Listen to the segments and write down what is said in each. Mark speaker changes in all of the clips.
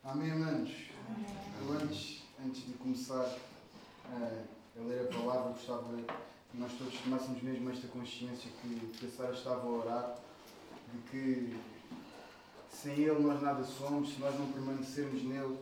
Speaker 1: Amém, manos. Eu antes de começar a ler a palavra, gostava que nós todos tomássemos mesmo esta consciência que a Sara estava a orar, de que sem Ele nós nada somos, se nós não permanecermos nele,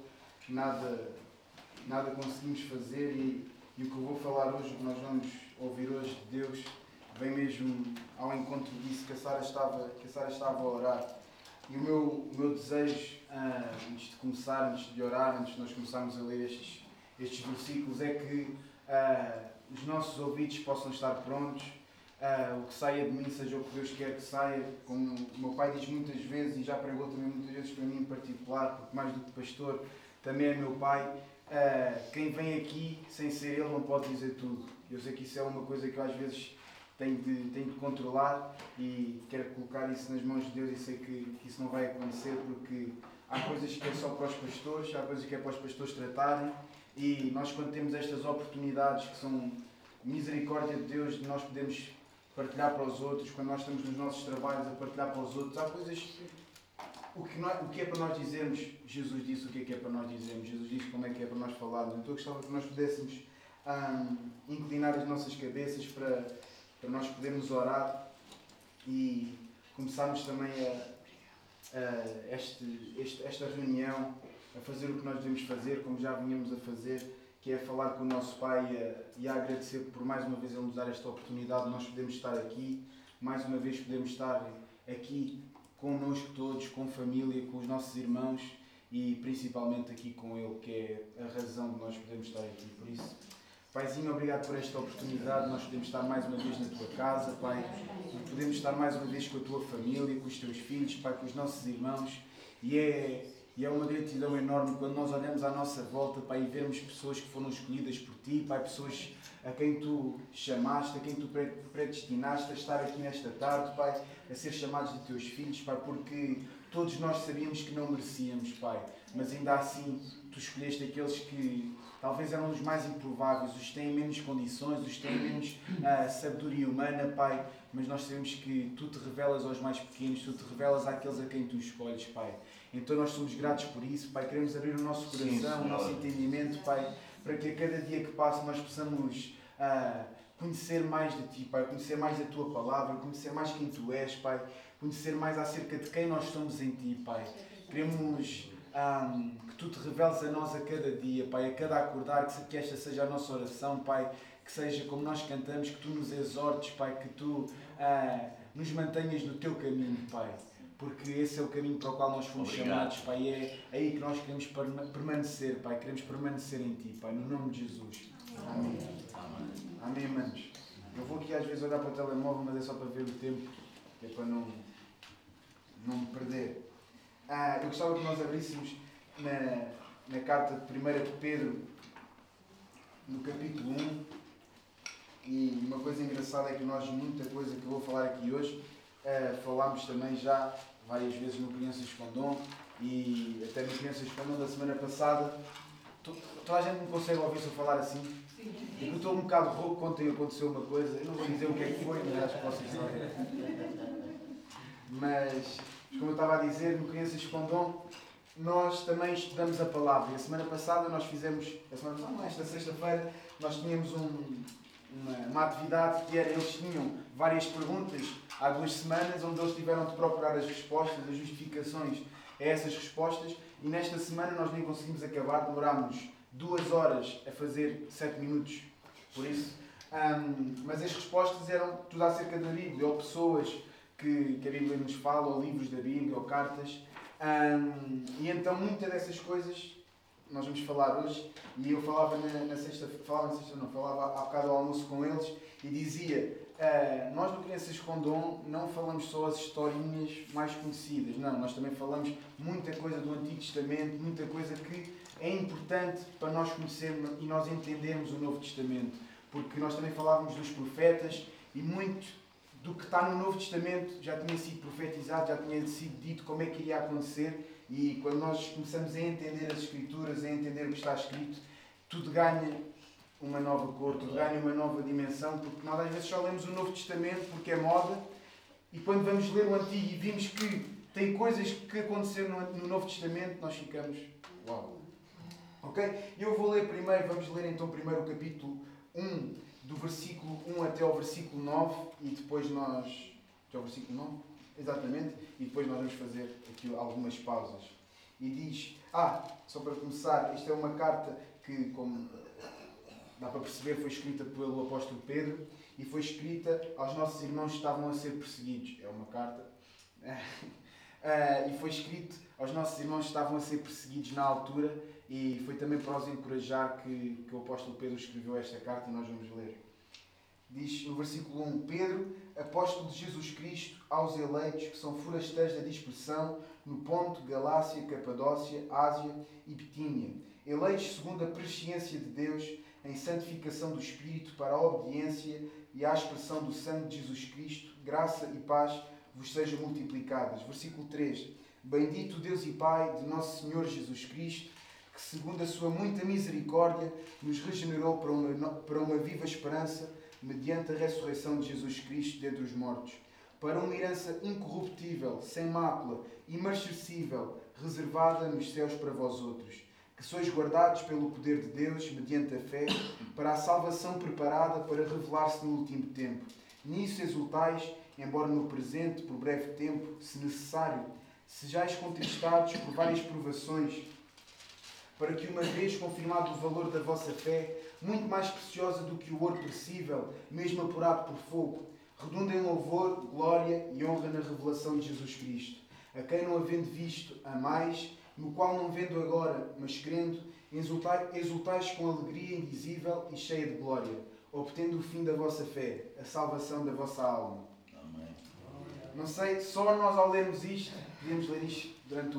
Speaker 1: nada conseguimos fazer e o que eu vou falar hoje, o que nós vamos ouvir hoje de Deus, vem mesmo ao encontro disso que a Sara estava a orar. E o meu desejo, antes de orar, antes de nós começarmos a ler estes versículos, é que os nossos ouvidos possam estar prontos, o que saia de mim seja o que Deus quer que saia, como o meu pai diz muitas vezes, e já pregou também muitas vezes para mim em particular, porque mais do que pastor, também é meu pai, quem vem aqui sem ser ele não pode dizer tudo. Eu sei que isso é uma coisa que eu às vezes tenho de controlar e quero colocar isso nas mãos de Deus e sei que isso não vai acontecer porque há coisas que é só para os pastores, há coisas que é para os pastores tratarem e nós quando temos estas oportunidades que são misericórdia de Deus de nós podemos partilhar para os outros, quando nós estamos nos nossos trabalhos a partilhar para os outros, há coisas o que é para nós dizermos, Jesus disse o que é para nós dizermos, Jesus disse como é que é para nós falarmos, então eu gostava que nós pudéssemos inclinar as nossas cabeças para nós podermos orar e começarmos também esta reunião a fazer o que nós devemos fazer, como já vinhamos a fazer, que é falar com o nosso Pai e a agradecer por mais uma vez Ele nos dar esta oportunidade, nós podemos estar aqui, mais uma vez podemos estar aqui connosco todos, com família, com os nossos irmãos e principalmente aqui com Ele, que é a razão de nós podermos estar aqui. Por isso, Paizinho, obrigado por esta oportunidade, nós podemos estar mais uma vez na Tua casa, Pai, e podemos estar mais uma vez com a Tua família, com os Teus filhos, Pai, com os nossos irmãos, e é uma gratidão enorme quando nós olhamos à nossa volta, Pai, e vermos pessoas que foram escolhidas por Ti, Pai, pessoas a quem Tu chamaste, a quem Tu predestinaste a estar aqui nesta tarde, Pai, a ser chamados de Teus filhos, Pai, porque todos nós sabíamos que não merecíamos, Pai, mas ainda assim Tu escolheste aqueles que talvez eram os mais improváveis, os que têm menos condições, os que têm menos sabedoria humana, Pai, mas nós sabemos que Tu te revelas aos mais pequenos, Tu te revelas àqueles a quem Tu escolhes, Pai. Então nós somos gratos por isso, Pai, queremos abrir o nosso coração, o nosso entendimento, Pai, para que a cada dia que passa nós possamos conhecer mais de Ti, Pai, conhecer mais da Tua Palavra, conhecer mais quem Tu és, Pai, conhecer mais acerca de quem nós somos em Ti, Pai. Queremos que Tu te reveles a nós a cada dia, Pai, a cada acordar, que esta seja a nossa oração, Pai, que seja como nós cantamos, que Tu nos exortes, Pai, que Tu nos mantenhas no Teu caminho, Pai, porque esse é o caminho para o qual nós fomos chamados, Pai, é aí que nós queremos permanecer, Pai, queremos permanecer em Ti, Pai, no nome de Jesus. Amém. Amém, manos. Eu vou aqui às vezes olhar para o telemóvel, mas é só para ver o tempo, que é para não me perder. Eu gostava que nós abríssemos na carta de 1 de Pedro, no capítulo 1, e uma coisa engraçada é que nós, muita coisa que eu vou falar aqui hoje, falámos também já várias vezes no Crianças com Dom, e até no Crianças com Dom da semana passada. Toda a gente me consegue ouvir se eu falar assim? Sim. Eu estou um bocado rouco, ontem aconteceu uma coisa, eu não vou dizer o que é que foi, mas acho que vocês sabem. Mas como eu estava a dizer, no Crianças com Dom, nós também estudamos a palavra. E a semana passada nós fizemos, esta sexta-feira, nós tínhamos uma atividade que era, eles tinham várias perguntas há 2 semanas, onde eles tiveram de procurar as respostas, as justificações a essas respostas, e nesta semana nós nem conseguimos acabar, demorámos 2 horas a fazer 7 minutos, por isso. Mas as respostas eram tudo acerca da Bíblia, ou pessoas que a Bíblia nos fala, ou livros da Bíblia, ou cartas. E então muitas dessas coisas nós vamos falar hoje, e eu falava falava há bocado ao almoço com eles, e dizia, nós no Crianças com Dom não falamos só as historinhas mais conhecidas, não, nós também falamos muita coisa do Antigo Testamento, muita coisa que é importante para nós conhecermos e nós entendermos o Novo Testamento, porque nós também falávamos dos profetas, e muito do que está no Novo Testamento já tinha sido profetizado, já tinha sido dito como é que iria acontecer, e quando nós começamos a entender as Escrituras, a entender o que está escrito, tudo ganha uma nova cor, tudo ganha uma nova dimensão, porque nós às vezes só lemos o Novo Testamento porque é moda, e quando vamos ler o Antigo e vimos que tem coisas que aconteceram no Novo Testamento, nós ficamos, Uau! Ok? Eu vou ler primeiro, vamos ler então primeiro o capítulo 1, do versículo 1 até ao versículo 9, e depois nós... Até ao versículo 9? Exatamente. E depois nós vamos fazer aqui algumas pausas. E diz... só para começar, esta é uma carta que, como dá para perceber, foi escrita pelo apóstolo Pedro e foi escrita aos nossos irmãos que estavam a ser perseguidos. É uma carta... e foi escrito aos nossos irmãos que estavam a ser perseguidos na altura, e foi também para os encorajar que o apóstolo Pedro escreveu esta carta, e nós vamos ler. Diz no versículo 1: Pedro, apóstolo de Jesus Cristo, aos eleitos que são forasteiros da dispersão no Ponto, Galácia, Capadócia, Ásia e Bitínia, eleitos segundo a presciência de Deus, em santificação do Espírito, para a obediência e a expressão do sangue de Jesus Cristo, graça e paz vos sejam multiplicadas. Versículo 3: Bendito Deus e Pai de nosso Senhor Jesus Cristo, que segundo a sua muita misericórdia nos regenerou para uma viva esperança, mediante a ressurreição de Jesus Cristo dentre os mortos, para uma herança incorruptível, sem mácula, imarcessível, reservada nos céus para vós outros, que sois guardados pelo poder de Deus, mediante a fé, para a salvação preparada para revelar-se no último tempo. Nisso exultais, embora no presente, por breve tempo, se necessário, sejais contristados por várias provações, para que, uma vez confirmado o valor da vossa fé, muito mais preciosa do que o ouro perecível, mesmo apurado por fogo, redunda em louvor, glória e honra na revelação de Jesus Cristo, a quem, não havendo visto, amais, no qual, não vendo agora, mas crendo, exultais com alegria indizível e cheia de glória, obtendo o fim da vossa fé, a salvação da vossa alma.
Speaker 2: Amém.
Speaker 1: Não sei, só nós ao lermos isto, podemos ler isto durante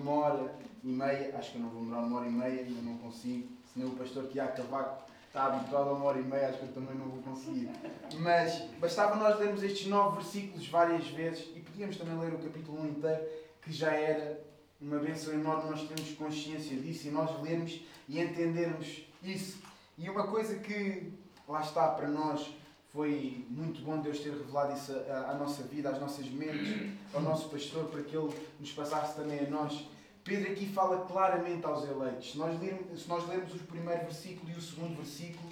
Speaker 1: 1h30, acho que eu não vou demorar 1h30, ainda não consigo, senão o pastor Tiago Cavaco está habituado a 1h30, acho que eu também não vou conseguir. Mas bastava nós lermos estes 9 versículos várias vezes, e podíamos também ler o capítulo 1 inteiro, que já era uma bênção enorme nós termos consciência disso, e nós lermos e entendermos isso. E uma coisa que, lá está, para nós foi muito bom Deus ter revelado isso à nossa vida, às nossas mentes, ao nosso pastor, para que ele nos passasse também a nós. Pedro aqui fala claramente aos eleitos. Se nós lermos o primeiro versículo e o segundo versículo,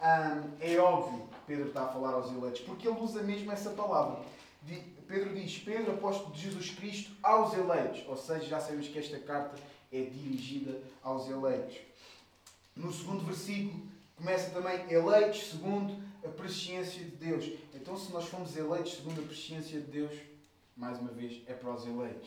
Speaker 1: é óbvio que Pedro está a falar aos eleitos, porque ele usa mesmo essa palavra. Pedro diz: Pedro, apóstolo de Jesus Cristo, aos eleitos. Ou seja, já sabemos que esta carta é dirigida aos eleitos. No segundo versículo, começa também: eleitos segundo a presciência de Deus. Então, se nós fomos eleitos segundo a presciência de Deus, mais uma vez, é para os eleitos.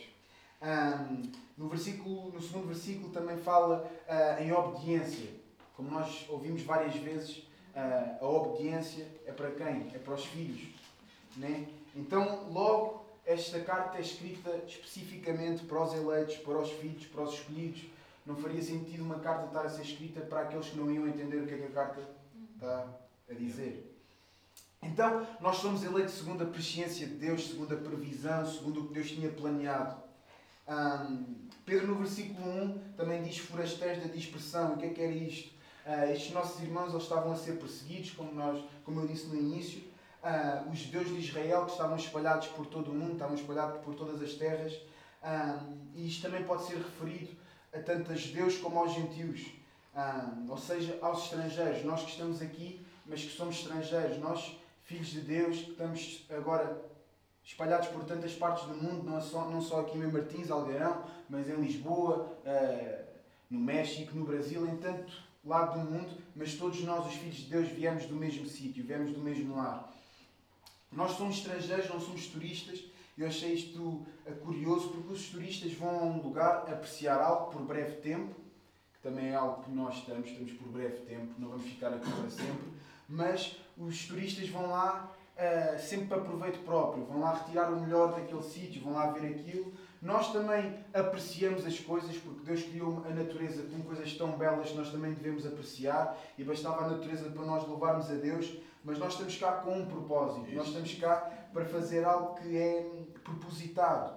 Speaker 1: No segundo versículo também fala em obediência. Como nós ouvimos várias vezes, a obediência é para quem? É para os filhos, né? Então, logo, esta carta é escrita especificamente para os eleitos, para os filhos, para os escolhidos. Não faria sentido uma carta estar a ser escrita para aqueles que não iam entender o que é que a carta está a dizer. Então, nós somos eleitos segundo a presciência de Deus, segundo a previsão, segundo o que Deus tinha planeado. Pedro, no versículo 1, também diz forasteiros da dispersão. O que era isto? Estes nossos irmãos, eles estavam a ser perseguidos, como eu disse no início. Os judeus de Israel, que estavam espalhados por todo o mundo, estavam espalhados por todas as terras. E isto também pode ser referido a tanto a judeus como aos gentios. Ou seja, aos estrangeiros. Nós que estamos aqui, mas que somos estrangeiros. Nós, filhos de Deus, que estamos agora espalhados por tantas partes do mundo, não só aqui em Martins, Algarão, mas em Lisboa, no México, no Brasil, em tanto lado do mundo, mas todos nós, os filhos de Deus, viemos do mesmo sítio, viemos do mesmo lar. Nós somos estrangeiros, não somos turistas. Eu achei isto curioso, porque os turistas vão a um lugar apreciar algo por breve tempo, que também é algo que nós estamos por breve tempo, não vamos ficar aqui para sempre, mas os turistas vão lá sempre para proveito próprio, vão lá retirar o melhor daquele sítio, vão lá ver aquilo. Nós também apreciamos as coisas, porque Deus criou a natureza com coisas tão belas que nós também devemos apreciar, e bastava a natureza para nós louvarmos a Deus, mas nós estamos cá com um propósito. Isso. Nós estamos cá para fazer algo que é propositado.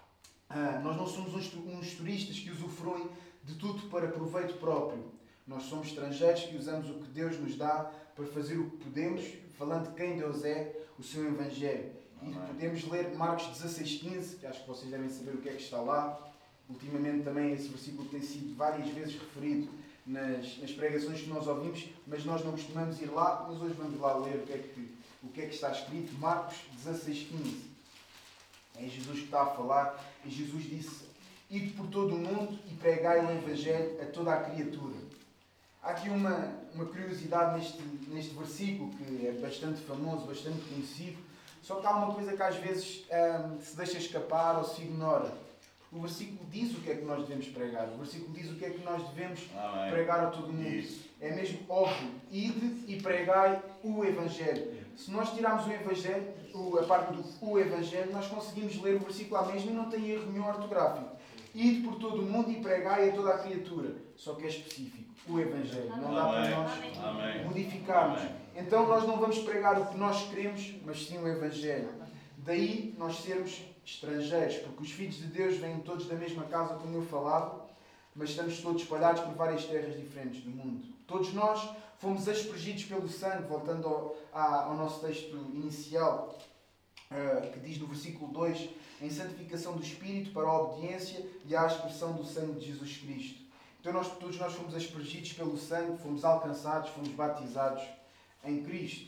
Speaker 1: Nós não somos uns turistas que usufruem de tudo para proveito próprio. Nós somos estrangeiros que usamos o que Deus nos dá para fazer o que podemos, falando de quem Deus é, o seu Evangelho. E podemos ler Marcos 16:15, que acho que vocês devem saber o que é que está lá. Ultimamente também esse versículo tem sido várias vezes referido nas pregações que nós ouvimos, mas nós não costumamos ir lá, mas hoje vamos lá ler o que é que está escrito. Marcos 16:15. É Jesus que está a falar e Jesus disse: ide por todo o mundo e pregai o Evangelho a toda a criatura. Há aqui uma curiosidade neste versículo que é bastante famoso, bastante conhecido, só que há uma coisa que às vezes se deixa escapar ou se ignora. O versículo diz o que é que nós devemos pregar. O versículo diz o que é que nós devemos pregar a todo mundo. Isso. É mesmo óbvio. Ide e pregai o Evangelho. Se nós tirarmos o Evangelho, a parte do o Evangelho, nós conseguimos ler o versículo à mesma e não tem erro nenhum ortográfico. Ide por todo o mundo e pregai a toda a criatura. Só que é específico. O Evangelho. Não dá para nós modificarmos. Então nós não vamos pregar o que nós queremos, mas sim o Evangelho. Daí nós sermos estrangeiros, porque os filhos de Deus vêm todos da mesma casa, como eu falava, mas estamos todos espalhados por várias terras diferentes do mundo. Todos nós fomos aspergidos pelo sangue, voltando ao nosso texto inicial, que diz no versículo 2, em santificação do Espírito para a obediência e à aspersão do sangue de Jesus Cristo. Então todos nós fomos aspergidos pelo sangue, fomos alcançados, fomos batizados em Cristo.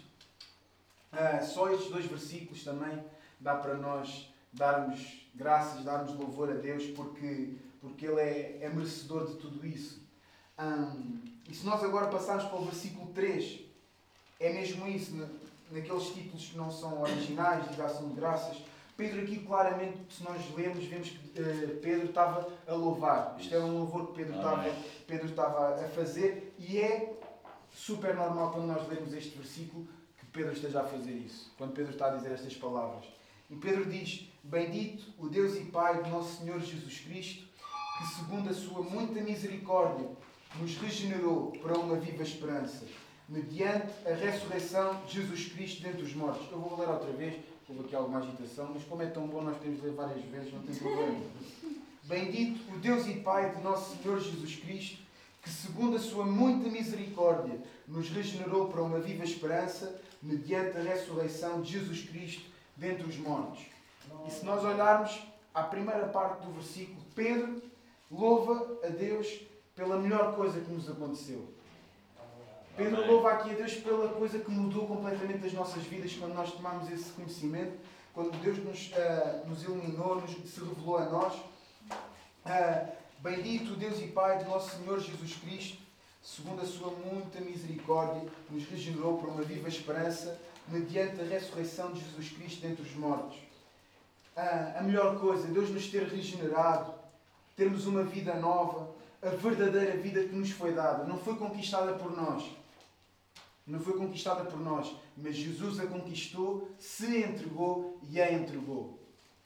Speaker 1: Só estes 2 versículos também dá para nós darmos graças, darmos louvor a Deus, porque Ele é merecedor de tudo isso. E se nós agora passarmos para o versículo 3, é mesmo isso, naqueles títulos que não são originais, de ação de graças. Pedro aqui claramente, se nós lemos, vemos que Pedro estava a louvar. Isto era um louvor que Pedro estava a fazer, e é super normal quando nós lemos este versículo que Pedro esteja a fazer isso, quando Pedro está a dizer estas palavras. E Pedro diz: bendito o Deus e Pai de nosso Senhor Jesus Cristo, que segundo a sua muita misericórdia nos regenerou para uma viva esperança, mediante a ressurreição de Jesus Cristo dentre os mortos. Eu vou ler outra vez, houve aqui alguma agitação, mas como é tão bom nós podemos ler várias vezes, não tem problema. Bendito o Deus e Pai de nosso Senhor Jesus Cristo, que segundo a sua muita misericórdia nos regenerou para uma viva esperança, mediante a ressurreição de Jesus Cristo dentre os mortos. E se nós olharmos à primeira parte do versículo, Pedro louva a Deus pela melhor coisa que nos aconteceu. Pedro louva aqui a Deus pela coisa que mudou completamente as nossas vidas quando nós tomamos esse conhecimento, quando Deus nos iluminou, se revelou a nós. Bendito o Deus e Pai de nosso Senhor Jesus Cristo, segundo a sua muita misericórdia, nos regenerou para uma viva esperança, mediante a ressurreição de Jesus Cristo dentre os mortos. A melhor coisa, Deus nos ter regenerado, termos uma vida nova, a verdadeira vida que nos foi dada, não foi conquistada por nós. Não foi conquistada por nós, mas Jesus a conquistou, se entregou e a entregou.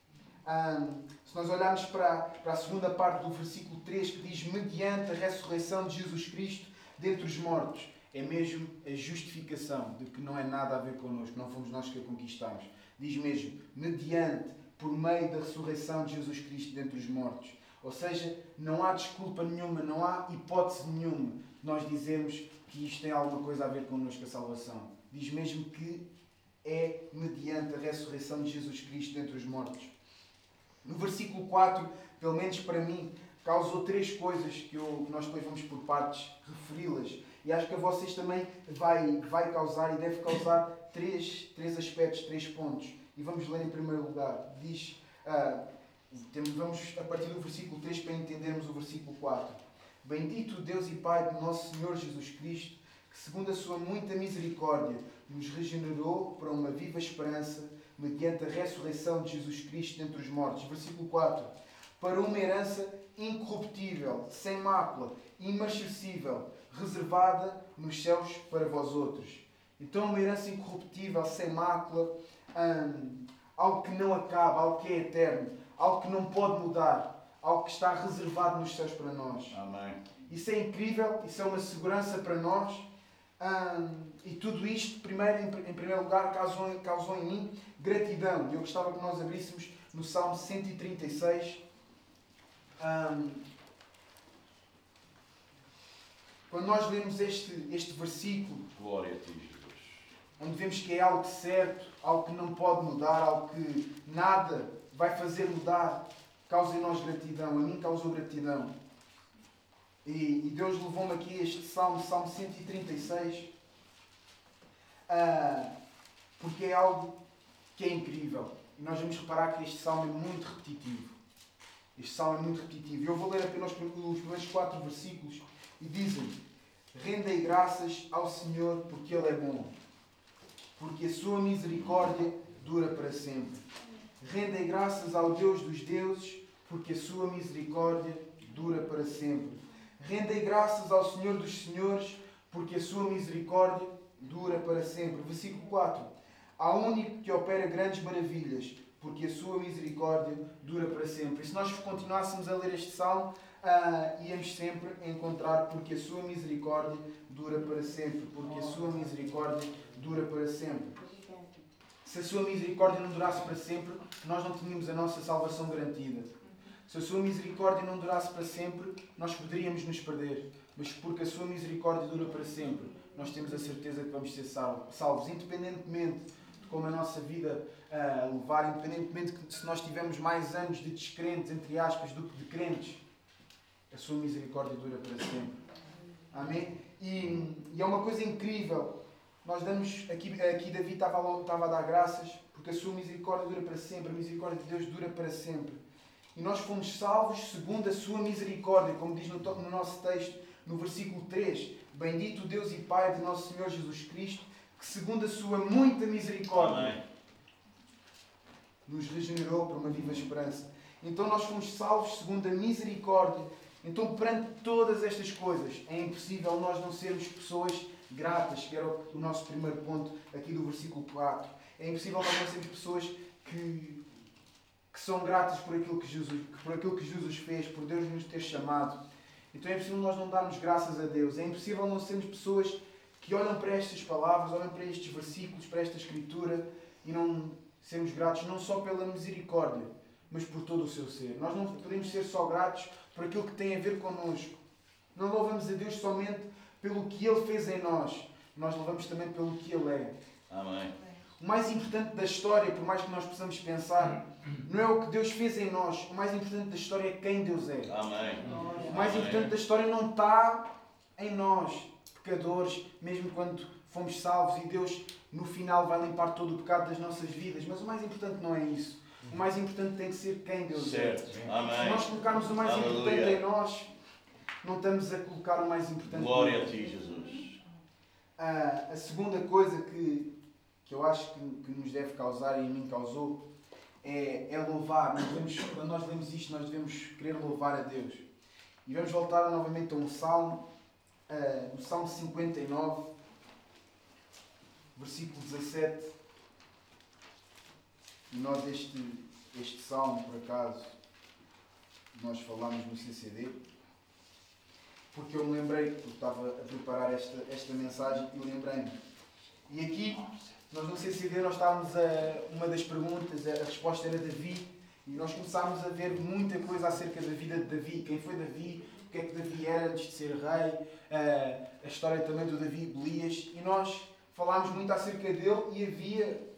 Speaker 1: Se nós olharmos para a segunda parte do versículo 3, que diz mediante a ressurreição de Jesus Cristo dentre os mortos, é mesmo a justificação de que não é nada a ver connosco, não fomos nós que a conquistamos. Diz mesmo, mediante, por meio da ressurreição de Jesus Cristo dentre os mortos. Ou seja, não há desculpa nenhuma, não há hipótese nenhuma de nós dizermos que isto tem alguma coisa a ver connosco, a salvação. Diz mesmo que é mediante a ressurreição de Jesus Cristo dentre os mortos. No versículo 4, pelo menos para mim, causou 3 coisas que nós depois vamos por partes referi-las. E acho que a vocês também vai causar e deve causar 3 aspectos, 3 pontos. E vamos ler em primeiro lugar. Diz, vamos a partir do versículo 3 para entendermos o versículo 4. Bendito Deus e Pai de nosso Senhor Jesus Cristo, que segundo a sua muita misericórdia nos regenerou para uma viva esperança, mediante a ressurreição de Jesus Cristo dentre os mortos. Versículo 4. Para uma herança incorruptível, sem mácula, imarcessível, reservada nos céus para vós outros. Então uma herança incorruptível, sem mácula, algo que não acaba, algo que é eterno, algo que não pode mudar, algo que está reservado nos céus para nós.
Speaker 2: Amém.
Speaker 1: Isso é incrível, isso é uma segurança para nós. E tudo isto, em primeiro lugar, causou em mim gratidão. Eu gostava que nós abríssemos no Salmo 136. Quando nós lemos este versículo,
Speaker 2: glória a ti, Jesus,
Speaker 1: onde vemos que é algo certo, algo que não pode mudar, algo que nada vai fazer mudar, causa em nós gratidão. A mim causou gratidão. E Deus levou-me aqui a este Salmo 136, porque é algo que é incrível. E nós vamos reparar que este Salmo é muito repetitivo. Este Salmo é muito repetitivo. Eu vou ler apenas os primeiros 4 versículos e dizem: rendei graças ao Senhor porque Ele é bom, porque a sua misericórdia dura para sempre. Rendei graças ao Deus dos deuses, porque a sua misericórdia dura para sempre. Rendei graças ao Senhor dos senhores, porque a sua misericórdia dura para sempre. Versículo 4. Ao único que opera grandes maravilhas, porque a sua misericórdia dura para sempre. E se nós continuássemos a ler este salmo, íamos sempre encontrar porque a sua misericórdia dura para sempre. Porque a sua misericórdia dura para sempre. Se a sua misericórdia não durasse para sempre, nós não tínhamos a nossa salvação garantida. Se a sua misericórdia não durasse para sempre, nós poderíamos nos perder. Mas porque a sua misericórdia dura para sempre, nós temos a certeza que vamos ser salvos. Independentemente de como a nossa vida levar, independentemente de se nós tivermos mais anos de descrentes, entre aspas, do que de crentes, a sua misericórdia dura para sempre. Amém? E é uma coisa incrível. Nós damos, aqui Davi estava a dar graças, porque a sua misericórdia dura para sempre, a misericórdia de Deus dura para sempre. E nós fomos salvos segundo a sua misericórdia, como diz no nosso texto, no versículo 3. Bendito o Deus e Pai de nosso Senhor Jesus Cristo, que segundo a sua muita misericórdia, amém, nos regenerou para uma viva esperança. Então nós fomos salvos segundo a misericórdia. Então, perante todas estas coisas, é impossível nós não sermos pessoas gratas, que era o nosso primeiro ponto aqui do versículo 4. É impossível nós não sermos pessoas que são gratas por aquilo que Jesus fez, por Deus nos ter chamado. Então é impossível nós não darmos graças a Deus. É impossível não sermos pessoas que olham para estas palavras, olham para estes versículos, para esta Escritura e não sermos gratos não só pela misericórdia, mas por todo o seu ser. Nós não podemos ser só gratos por aquilo que tem a ver connosco. Não louvamos a Deus somente pelo que Ele fez em nós. Nós louvamos também pelo que Ele é.
Speaker 2: Amém.
Speaker 1: O mais importante da história, por mais que nós possamos pensar, não é o que Deus fez em nós. O mais importante da história é quem Deus é.
Speaker 2: Amém.
Speaker 1: O mais importante da história não está em nós, pecadores, mesmo quando fomos salvos e Deus no final vai limpar todo o pecado das nossas vidas. Mas o mais importante não é isso. O mais importante tem que ser quem Deus
Speaker 2: certo.
Speaker 1: é.
Speaker 2: Amém.
Speaker 1: Se nós colocarmos o mais
Speaker 2: Aleluia.
Speaker 1: importante em nós, não estamos a colocar o mais importante.
Speaker 2: Glória a Ti, Jesus.
Speaker 1: A segunda coisa que eu acho que nos deve causar, e a mim causou, é louvar. Quando nós lemos isto, nós devemos querer louvar a Deus. E vamos voltar novamente a um salmo, no Salmo 59, versículo 17. E nós este salmo, por acaso, nós falámos no CCD, porque eu me lembrei, porque estava a preparar esta mensagem, e eu lembrei-me. E aqui, nós no CCD, nós estávamos uma das perguntas, a resposta era Davi, e nós começámos a ver muita coisa acerca da vida de Davi, quem foi Davi, o que é que Davi era antes de ser rei, a história também do Davi e Golias, e nós falámos muito acerca dele, e havia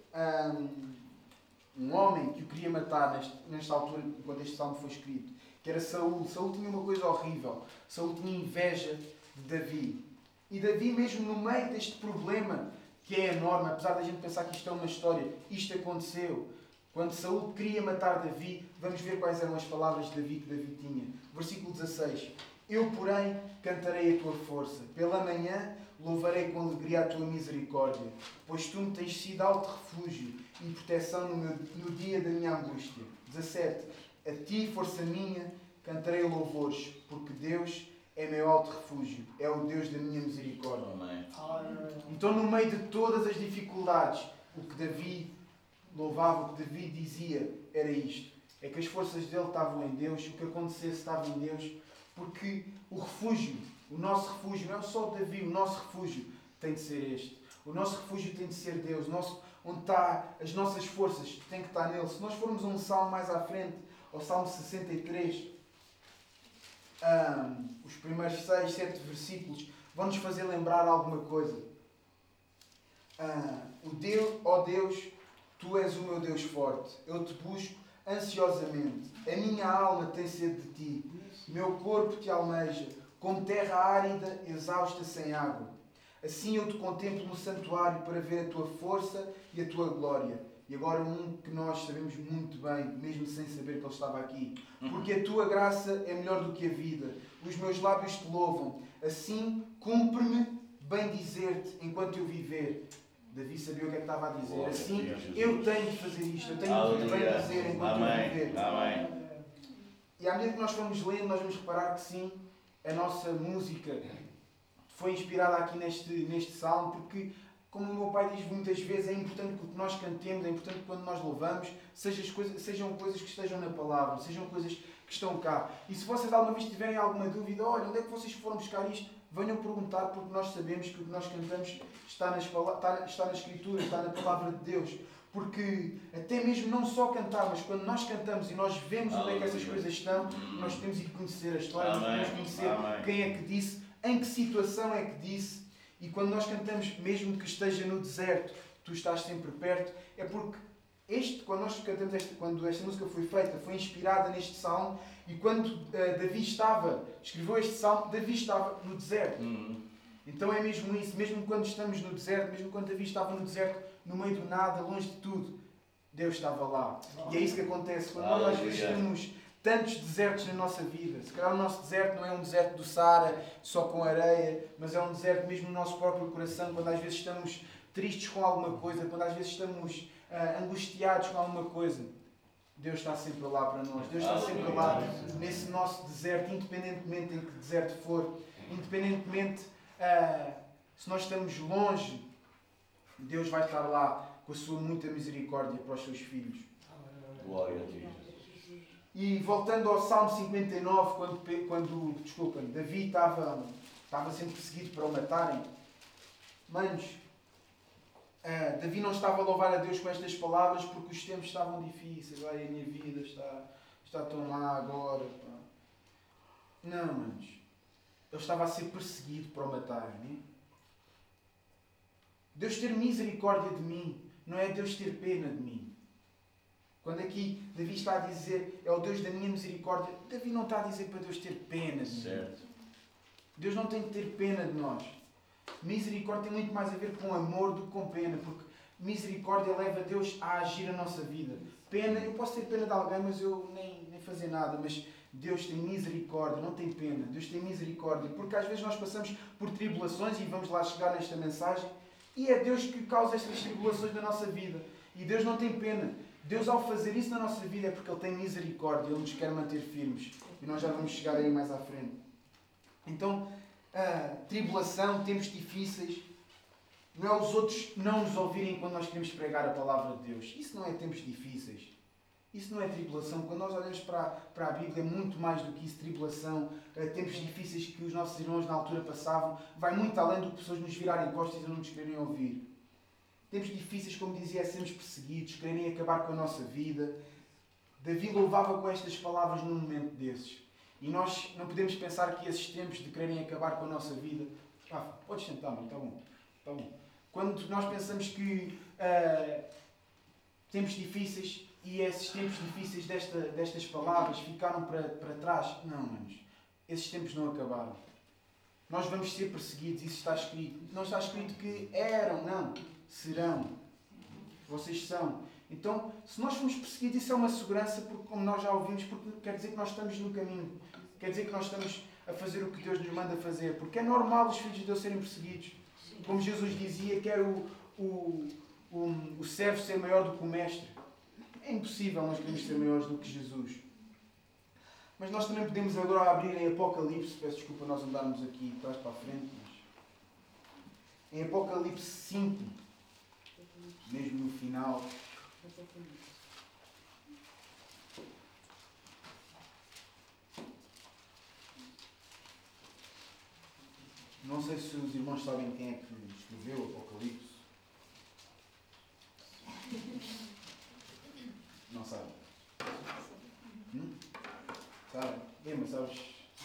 Speaker 1: um homem que o queria matar nesta altura, quando este salmo foi escrito, que era Saúl. Saúl tinha uma coisa horrível. Saúl tinha inveja de Davi. E Davi, mesmo no meio deste problema, que é enorme, apesar da gente pensar que isto é uma história, isto aconteceu. Quando Saúl queria matar Davi, vamos ver quais eram as palavras de Davi que Davi tinha. Versículo 16. Eu, porém, cantarei a tua força. Pela manhã louvarei com alegria a tua misericórdia, pois tu me tens sido alto refúgio e proteção no dia da minha angústia. 17. A ti, força minha, cantarei louvores, porque Deus é meu alto refúgio, é o Deus da minha misericórdia.
Speaker 2: Amém.
Speaker 1: Então, no meio de todas as dificuldades, o que Davi louvava, o que Davi dizia, era isto. É que as forças dele estavam em Deus, o que acontecesse estava em Deus, porque o refúgio, o nosso refúgio, não é só Davi, o nosso refúgio tem de ser este. O nosso refúgio tem de ser Deus. Onde está as nossas forças tem que estar nele. Se nós formos a um salmo mais à frente, ao Salmo 63, os primeiros 6, 7 versículos vão-nos fazer lembrar alguma coisa. Ó Deus, Tu és o meu Deus forte. Eu te busco ansiosamente. A minha alma tem sede de ti. Meu corpo te almeja, como terra árida, exausta sem água. Assim eu te contemplo no santuário para ver a tua força e a tua glória. E agora um que nós sabemos muito bem, mesmo sem saber que ele estava aqui. Porque a tua graça é melhor do que a vida. Os meus lábios te louvam. Assim cumpre-me bem dizer-te enquanto eu viver. Davi sabia o que é que estava a dizer. Assim eu tenho de fazer isto. Eu tenho de bem dizer enquanto eu viver.
Speaker 2: Amém.
Speaker 1: E à medida que nós formos lendo, nós vamos reparar que sim, a nossa música foi inspirada aqui neste salmo, porque, como o meu pai diz muitas vezes, é importante que o que nós cantemos, é importante que quando nós louvamos, sejam coisas que estejam na palavra, sejam coisas que estão cá. E se vocês alguma vez tiverem alguma dúvida, olha, onde é que vocês foram buscar isto? Venham perguntar, porque nós sabemos que o que nós cantamos está na Escritura, está na palavra de Deus. Porque até mesmo não só cantar, mas quando nós cantamos e nós vemos onde é que essas coisas estão, nós temos de conhecer a história, nós temos de conhecer quem é que disse, em que situação é que disse. E quando nós cantamos, mesmo que esteja no deserto, tu estás sempre perto, é porque quando nós cantamos quando esta música foi feita, foi inspirada neste salmo, e quando Davi escreveu este salmo, Davi estava no deserto. Então é mesmo isso, mesmo quando estamos no deserto, mesmo quando Davi estava no deserto, no meio do nada, longe de tudo, Deus estava lá. E é isso que acontece quando nós às vezes temos tantos desertos na nossa vida. Se calhar o nosso deserto não é um deserto do Saara, só com areia, mas é um deserto mesmo no nosso próprio coração, quando às vezes estamos tristes com alguma coisa, quando às vezes estamos angustiados com alguma coisa. Deus está sempre lá para nós. Deus está sempre lá nesse nosso deserto, independentemente em que deserto for, independentemente se nós estamos longe, Deus vai estar lá com a sua muita misericórdia para os seus filhos.
Speaker 2: Glória a ti.
Speaker 1: E voltando ao Salmo 59, quando Davi estava sendo perseguido para o matarem, manos, Davi não estava a louvar a Deus com estas palavras porque os tempos estavam difíceis. Ai, a minha vida está tão má agora. Pá. Não, manos. Ele estava a ser perseguido para o matarem. Né? Deus ter misericórdia de mim não é Deus ter pena de mim. Quando aqui Davi está a dizer é o Deus da minha misericórdia, Davi não está a dizer para Deus ter pena de mim.
Speaker 2: Certo.
Speaker 1: Deus não tem que ter pena de nós. Misericórdia tem muito mais a ver com amor do que com pena, porque misericórdia leva Deus a agir a nossa vida. Pena, eu posso ter pena de alguém, mas eu nem fazer nada, mas Deus tem misericórdia, não tem pena. Deus tem misericórdia, porque às vezes nós passamos por tribulações, e vamos lá chegar nesta mensagem, e é Deus que causa estas tribulações na nossa vida. E Deus não tem pena. Deus, ao fazer isso na nossa vida, é porque Ele tem misericórdia, Ele nos quer manter firmes. E nós já vamos chegar aí mais à frente. Então, tribulação, tempos difíceis, não é os outros não nos ouvirem quando nós queremos pregar a palavra de Deus. Isso não é tempos difíceis. Isso não é tribulação. Quando nós olhamos para a Bíblia, é muito mais do que isso. Tribulação, tempos difíceis que os nossos irmãos na altura passavam, vai muito além do que pessoas nos virarem costas e não nos quererem ouvir. Tempos difíceis, como dizia, é sermos perseguidos, quererem acabar com a nossa vida. Davi louvava com estas palavras num momento desses. E nós não podemos pensar que esses tempos de quererem acabar com a nossa vida... podes sentar, mano, está bom. Está bom. Quando nós pensamos que tempos difíceis e esses tempos difíceis destas palavras ficaram para trás, não, manos. Esses tempos não acabaram. Nós vamos ser perseguidos, isso está escrito. Não está escrito que eram, não. Serão. Vocês são. Então, se nós formos perseguidos, isso é uma segurança, porque, como nós já ouvimos, porque quer dizer que nós estamos no caminho. Quer dizer que nós estamos a fazer o que Deus nos manda fazer. Porque é normal os filhos de Deus serem perseguidos. Como Jesus dizia, quer o servo ser maior do que o mestre. É impossível nós queremos ser maiores do que Jesus. Mas nós também podemos agora abrir em Apocalipse, peço desculpa nós andarmos aqui de trás para a frente, mas em Apocalipse 5, mesmo no final, não sei se os irmãos sabem quem é que escreveu Apocalipse. Não sabem? Sabem? Emma, sabes?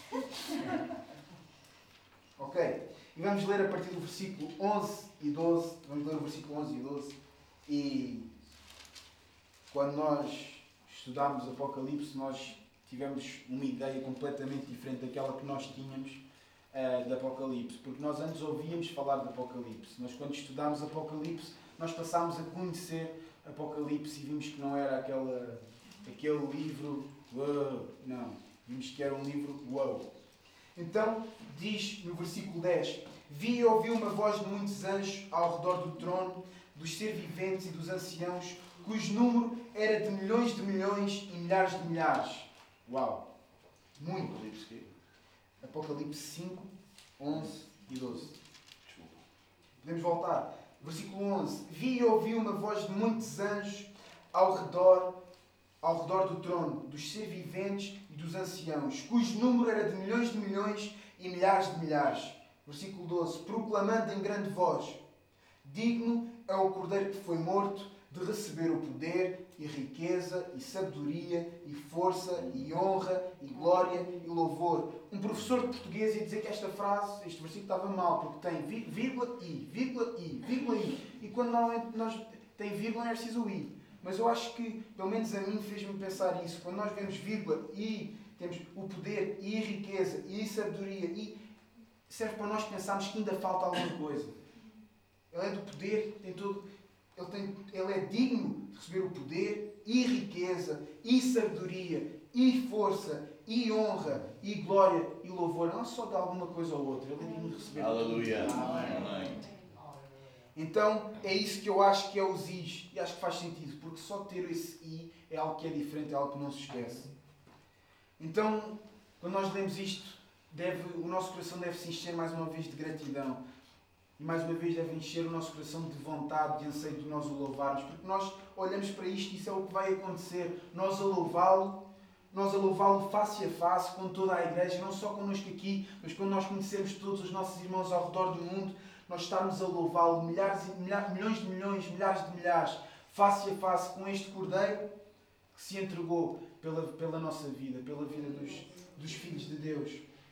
Speaker 1: Ok. E vamos ler a partir do versículo 11 e 12. Vamos ler o versículo 11 e 12. E quando nós estudámos Apocalipse, nós tivemos uma ideia completamente diferente daquela que nós tínhamos de Apocalipse. Porque nós antes ouvíamos falar de Apocalipse. Nós, quando estudámos Apocalipse, nós passámos a conhecer Apocalipse e vimos que não era aquele livro, uau, não. Vimos que era um livro, uau. Então, diz no versículo 10: Vi e ouvi uma voz de muitos anjos ao redor do trono, dos seres viventes e dos anciãos, cujo número era de milhões e milhares de milhares. Uau! Muito. Apocalipse 5, 11 e 12. Podemos voltar. Versículo 11. Vi e ouvi uma voz de muitos anjos ao redor do trono, dos seres viventes e dos anciãos, cujo número era de milhões e milhares de milhares. Versículo 12. Proclamando em grande voz: Digno é o Cordeiro que foi morto de receber o poder e riqueza e sabedoria e força e honra e glória e louvor. Um professor de português ia dizer que esta frase, este versículo estava mal, porque tem vírgula e, vírgula e, vírgula e. E quando normalmente nós tem vírgula não é preciso o i. Mas eu acho que, pelo menos a mim, fez-me pensar isso. Quando nós vemos vírgula e, temos o poder e riqueza e sabedoria e, serve para nós pensarmos que ainda falta alguma coisa. Ele é do poder, tem tudo. Ele é digno de receber o poder e riqueza e sabedoria e força e honra e glória e louvor. Não só de alguma coisa ou outra. Ele é digno de receber
Speaker 2: Aleluia.
Speaker 1: tudo.
Speaker 2: Amém.
Speaker 1: Então é isso que eu acho que é os I's. E acho que faz sentido. Porque só ter esse I é algo que é diferente, é algo que não se esquece. Então, quando nós lemos isto, o nosso coração deve se encher mais uma vez de gratidão. E mais uma vez deve encher o nosso coração de vontade, de anseio de nós o louvarmos. Porque nós olhamos para isto e isso é o que vai acontecer. Nós a louvá-lo face a face com toda a igreja, não só connosco aqui, mas quando nós conhecermos todos os nossos irmãos ao redor do mundo, nós estarmos a louvá-lo milhares de milhares, milhares de milhares, face a face com este Cordeiro que se entregou pela nossa vida, pela vida dos filhos de Deus.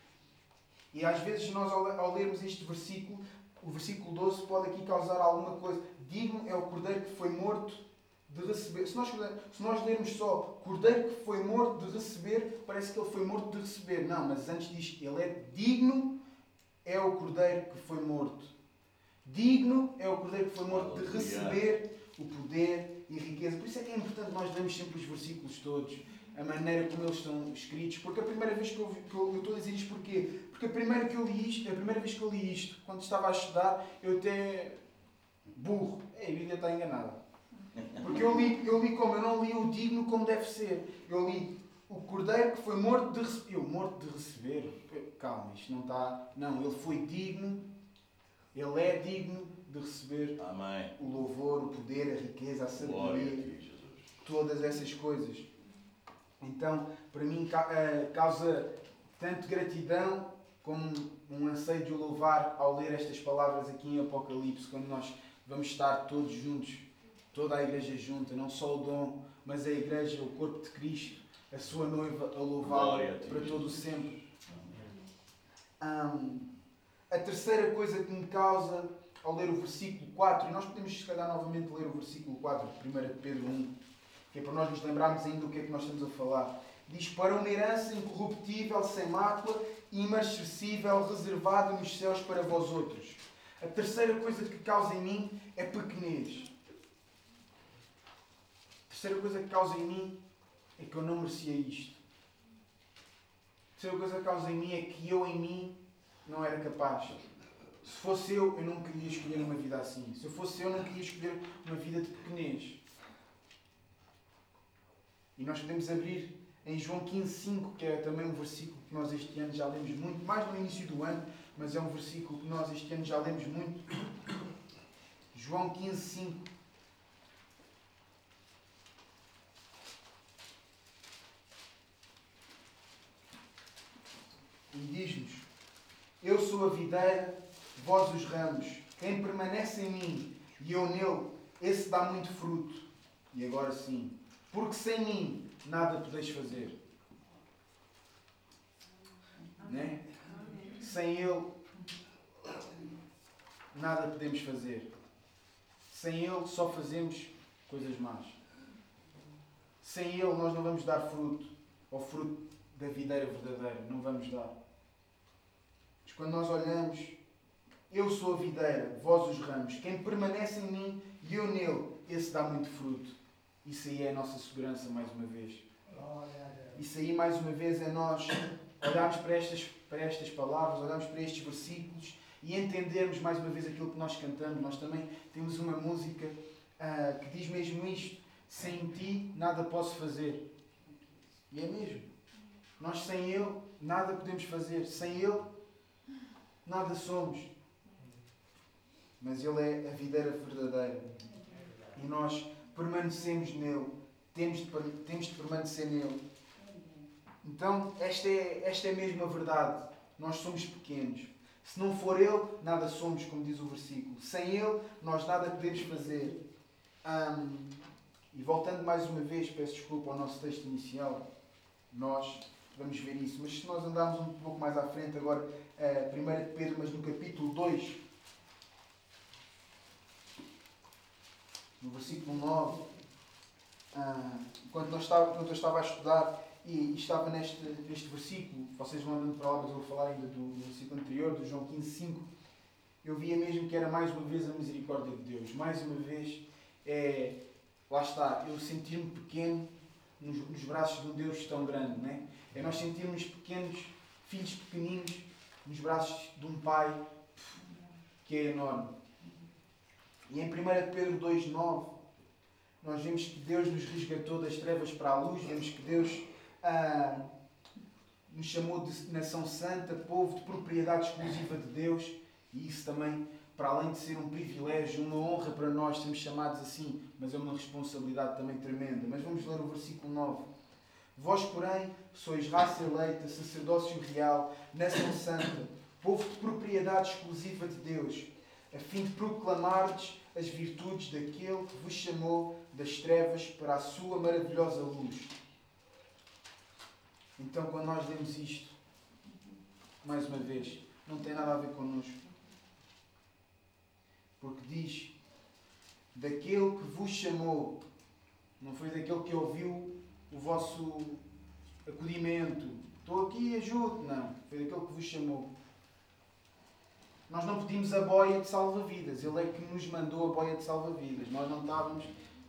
Speaker 1: E às vezes nós ao lermos este versículo, o versículo 12 pode aqui causar alguma coisa. Digno é o Cordeiro que foi morto de receber. Se nós lermos só Cordeiro que foi morto de receber, parece que ele foi morto de receber. Não, mas antes diz que ele é digno, é o Cordeiro que foi morto. Digno é o Cordeiro que foi morto de receber o poder e riqueza. Por isso é que é importante nós lermos sempre os versículos todos, a maneira como eles estão escritos. Porque a primeira vez que eu estou a dizer isto porquê? Porque a primeira vez que eu li isto, quando estava a estudar, eu até burro. A Bíblia está enganada. Porque eu li como? Eu não li o digno como deve ser. Eu li o Cordeiro que foi morto de receber. Morto de receber? Calma, isto não está... Não, ele foi digno. Ele é digno de receber
Speaker 2: Amém.
Speaker 1: O louvor, o poder, a riqueza, a sabedoria. Todas essas coisas. Então, para mim, causa tanto gratidão como um anseio de o louvar ao ler estas palavras aqui em Apocalipse, quando nós vamos estar todos juntos, toda a igreja junta, não só o dom, mas a igreja, o corpo de Cristo, a sua noiva, a louvá-lo para todo o sempre. A terceira coisa que me causa ao ler o versículo 4, e nós podemos se calhar novamente ler o versículo 4 de 1 Pedro 1, que é para nós nos lembrarmos ainda do que é que nós estamos a falar. Diz: para uma herança incorruptível, sem mácula e imarcessível, reservada nos céus para vós outros. A terceira coisa que causa em mim é pequenez. A terceira coisa que causa em mim é que eu não merecia isto. A terceira coisa que causa em mim é que eu em mim não era capaz. Se fosse eu não queria escolher uma vida assim. Se eu fosse eu não queria escolher uma vida de pequenez. E nós podemos abrir em João 15,5, que é também um versículo que nós este ano já lemos muito, mais no início do ano, mas é um versículo que nós este ano já lemos muito. João 15,5. E diz-nos: eu sou a videira, vós os ramos. Quem permanece em mim e eu nele, esse dá muito fruto. E agora sim, porque sem mim nada podeis fazer. Né? Sem Ele, nada podemos fazer. Sem Ele, só fazemos coisas más. Sem Ele nós não vamos dar fruto, ao fruto da videira verdadeira, não vamos dar. Mas quando nós olhamos, eu sou a videira, vós os ramos, quem permanece em mim e eu nele, esse dá muito fruto. Isso aí é a nossa segurança, mais uma vez. Isso aí, mais uma vez, é nós olharmos para estas palavras, olharmos para estes versículos e entendermos mais uma vez aquilo que nós cantamos. Nós também temos uma música que diz mesmo isto: sem ti nada posso fazer. E é mesmo. Nós sem Ele nada podemos fazer. Sem Ele nada somos. Mas Ele é a videira verdadeira. E nós permanecemos nele. Temos de permanecer nele. Então, esta é mesmo a verdade. Nós somos pequenos. Se não for Ele, nada somos, como diz o versículo. Sem Ele, nós nada podemos fazer. E voltando mais uma vez, peço desculpa ao nosso texto inicial, nós vamos ver isso. Mas se nós andarmos um pouco mais à frente, agora, 1 de Pedro, mas no capítulo 2, no versículo 9, quando eu estava a estudar e estava neste versículo, vocês vão andando para lá, mas eu vou falar ainda do versículo anterior, do João 15:5, eu via mesmo que era mais uma vez a misericórdia de Deus. Mais uma vez, lá está, eu sentir-me pequeno nos braços de um Deus tão grande, não é? É nós sentirmos pequenos, filhos pequeninos, nos braços de um Pai que é enorme. E em 1 Pedro 2:9, nós vemos que Deus nos resgatou das trevas para a luz, vemos que Deus nos chamou de nação santa, povo de propriedade exclusiva de Deus, e isso também, para além de ser um privilégio, uma honra para nós sermos chamados assim, mas é uma responsabilidade também tremenda. Mas vamos ler o versículo 9. Vós, porém, sois raça eleita, sacerdócio real, nação santa, povo de propriedade exclusiva de Deus, a fim de proclamardes as virtudes daquele que vos chamou das trevas para a sua maravilhosa luz. Então, quando nós lemos isto, mais uma vez, não tem nada a ver connosco. Porque diz, daquele que vos chamou, não foi daquele que ouviu o vosso acudimento, estou aqui, ajude, não, foi daquele que vos chamou. Nós não pedimos a boia de salva-vidas, Ele é que nos mandou a boia de salva-vidas, nós não estávamos.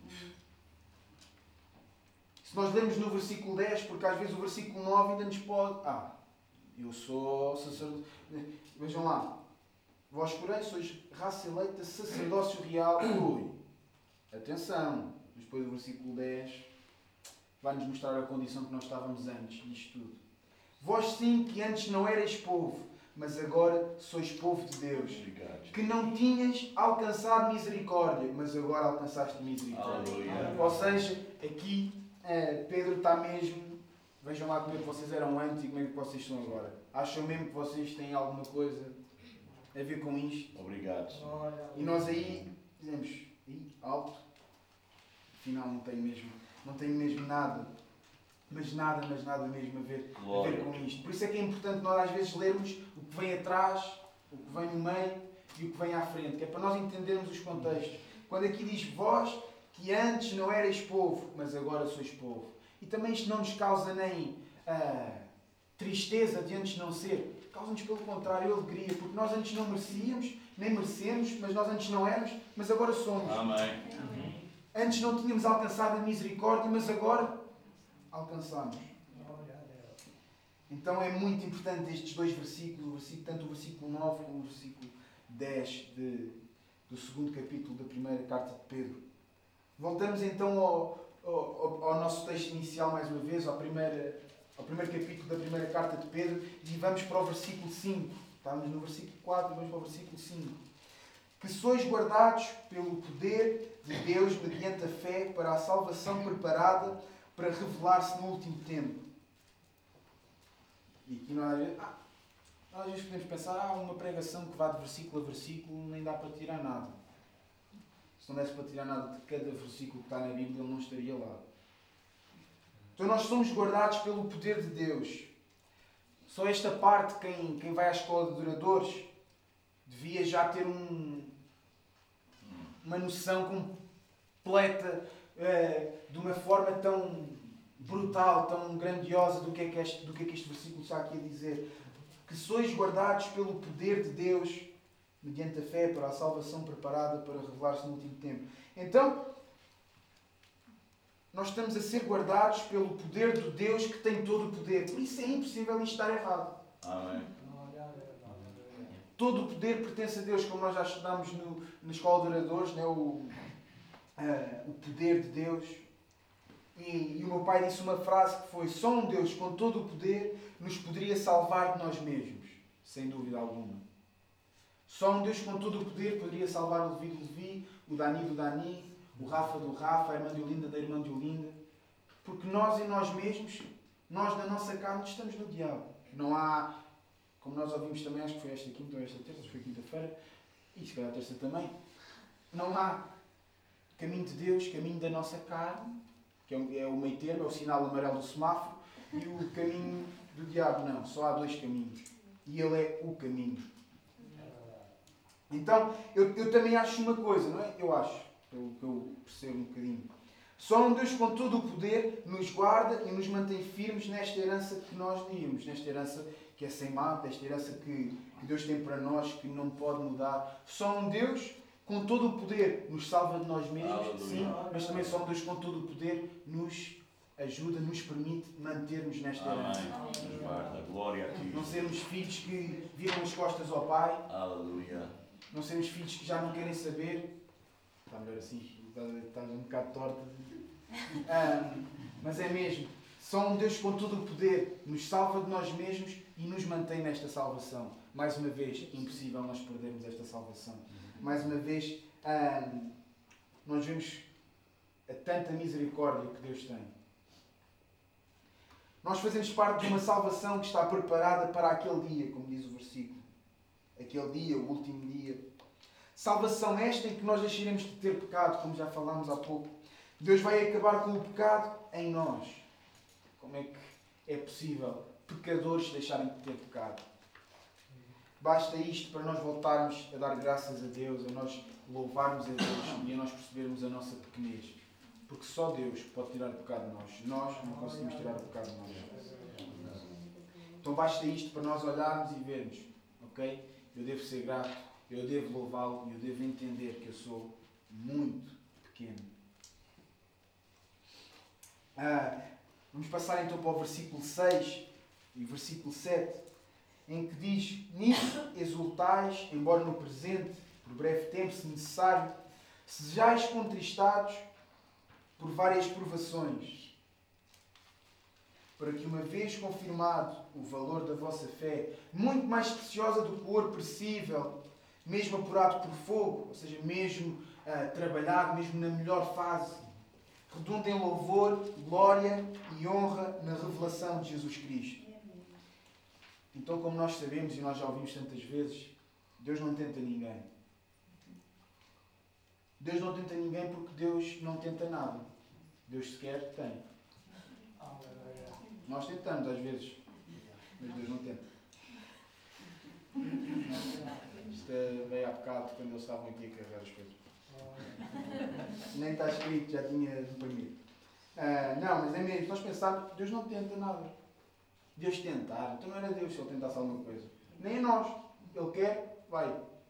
Speaker 1: Se nós lemos no versículo 10, porque às vezes o versículo 9 ainda nos pode... eu sou sacerdote. Vejam lá. Vós, porém, sois raça eleita, sacerdócio real. Ui, atenção. Mas depois o versículo 10 vai-nos mostrar a condição que nós estávamos antes disto tudo. Vós sim que antes não erais povo, mas agora sois povo de Deus. Que não tinhas alcançado misericórdia, mas agora alcançaste misericórdia.
Speaker 2: Aleluia.
Speaker 1: Ou seja, aqui Pedro está mesmo... Vejam lá como é que vocês eram antes e como é que vocês estão agora. Acham mesmo que vocês têm alguma coisa a ver com isto?
Speaker 2: Obrigado.
Speaker 1: E nós aí dizemos, alto, afinal não tenho mesmo nada. Mas nada mesmo a ver com isto. Por isso é que é importante nós às vezes lermos o que vem atrás, o que vem no meio e o que vem à frente, que é para nós entendermos os contextos. Quando aqui diz vós, que antes não erais povo, mas agora sois povo. E também isto não nos causa nem tristeza de antes não ser. Causa-nos pelo contrário alegria, porque nós antes não merecíamos, nem merecemos, mas nós antes não éramos, mas agora somos.
Speaker 2: Amém.
Speaker 1: Antes não tínhamos alcançado a misericórdia, mas agora alcançamos. Então é muito importante estes dois versículos, tanto o versículo 9 como o versículo 10 do segundo capítulo da primeira carta de Pedro. Voltamos então ao nosso texto inicial mais uma vez, ao primeiro capítulo da primeira carta de Pedro, e vamos para o versículo 5. Estamos no versículo 4 e vamos para o versículo 5. Que sois guardados pelo poder de Deus mediante a fé para a salvação preparada para revelar-se no último tempo. E aqui nós às vezes podemos pensar, uma pregação que vá de versículo a versículo, nem dá para tirar nada. Se não desse para tirar nada de cada versículo que está na Bíblia, ele não estaria lá. Então nós somos guardados pelo poder de Deus. Só esta parte, quem vai à escola de adoradores, devia já ter uma noção completa de uma forma tão brutal, tão grandiosa do que é que este versículo está aqui a dizer. Que sois guardados pelo poder de Deus, mediante a fé, para a salvação preparada para revelar-se no último tempo. Então, nós estamos a ser guardados pelo poder do Deus que tem todo o poder. Por isso é impossível isto estar errado.
Speaker 2: Amém.
Speaker 1: Todo o poder pertence a Deus, como nós já estudámos na Escola de Oradores, né? O poder de Deus. E o meu pai disse uma frase que foi: só um Deus com todo o poder nos poderia salvar de nós mesmos. Sem dúvida alguma. Só um Deus com todo o poder poderia salvar o Levi do Levi, o Dani do Dani, o Rafa do Rafa, a irmã de Olinda da irmã de Olinda. Porque nós em nós mesmos, nós na nossa carne, estamos no diabo. Não há, como nós ouvimos também, acho que foi esta quinta ou esta terça, acho que foi quinta-feira, e se calhar terça também, não há caminho de Deus, caminho da nossa carne, que é o meio termo, é o sinal amarelo do semáforo, e o caminho do diabo. Não, só há dois caminhos. E ele é o caminho. Então, eu também acho uma coisa, não é? Eu acho, pelo que eu percebo um bocadinho. Só um Deus com todo o poder nos guarda e nos mantém firmes nesta herança que nós líamos, nesta herança que é sem mácula, esta herança que Deus tem para nós, que não pode mudar. Só um Deus com todo o poder nos salva de nós mesmos, sim, mas também só um Deus com todo o poder nos ajuda, nos permite mantermos nesta herança.
Speaker 2: Nos guarda. Glória a ti.
Speaker 1: Não sermos filhos que viram as costas ao Pai.
Speaker 2: Aleluia.
Speaker 1: Não sermos filhos que já não querem saber. Está melhor assim, estás um bocado torta. Mas é mesmo. Só um Deus com todo o poder nos salva de nós mesmos e nos mantém nesta salvação. Mais uma vez, impossível nós perdermos esta salvação. Mais uma vez, nós vemos a tanta misericórdia que Deus tem. Nós fazemos parte de uma salvação que está preparada para aquele dia, como diz o versículo. Aquele dia, o último dia. Salvação esta em que nós deixaremos de ter pecado, como já falámos há pouco. Deus vai acabar com o pecado em nós. Como é que é possível pecadores deixarem de ter pecado? Basta isto para nós voltarmos a dar graças a Deus, a nós louvarmos a Deus e a nós percebermos a nossa pequenez. Porque só Deus pode tirar o pecado de nós. Nós não conseguimos tirar o pecado de nós. Então basta isto para nós olharmos e vermos, ok? Eu devo ser grato, eu devo louvá-lo e eu devo entender que eu sou muito pequeno. Vamos passar então para o versículo 6 e o versículo 7, em que diz: nisso exultais, embora no presente, por breve tempo, se necessário, sejais contristados por várias provações, para que, uma vez confirmado o valor da vossa fé, muito mais preciosa do que o ouro perecível, mesmo apurado por fogo, ou seja, mesmo trabalhado, mesmo na melhor fase, redunda em louvor, glória e honra na revelação de Jesus Cristo. Então, como nós sabemos e nós já ouvimos tantas vezes, Deus não tenta ninguém. Deus não tenta ninguém porque Deus não tenta nada. Deus sequer tem. Nós tentamos às vezes, mas Deus não tenta. Isto veio há bocado quando eles estavam aqui a carregar as coisas. Nem está escrito, já tinha deprimido. Não, mas é mesmo, nós pensamos que Deus não tenta nada. Deus tentar, então não era Deus se Ele tentasse alguma coisa. Nem a nós. Ele quer, vai.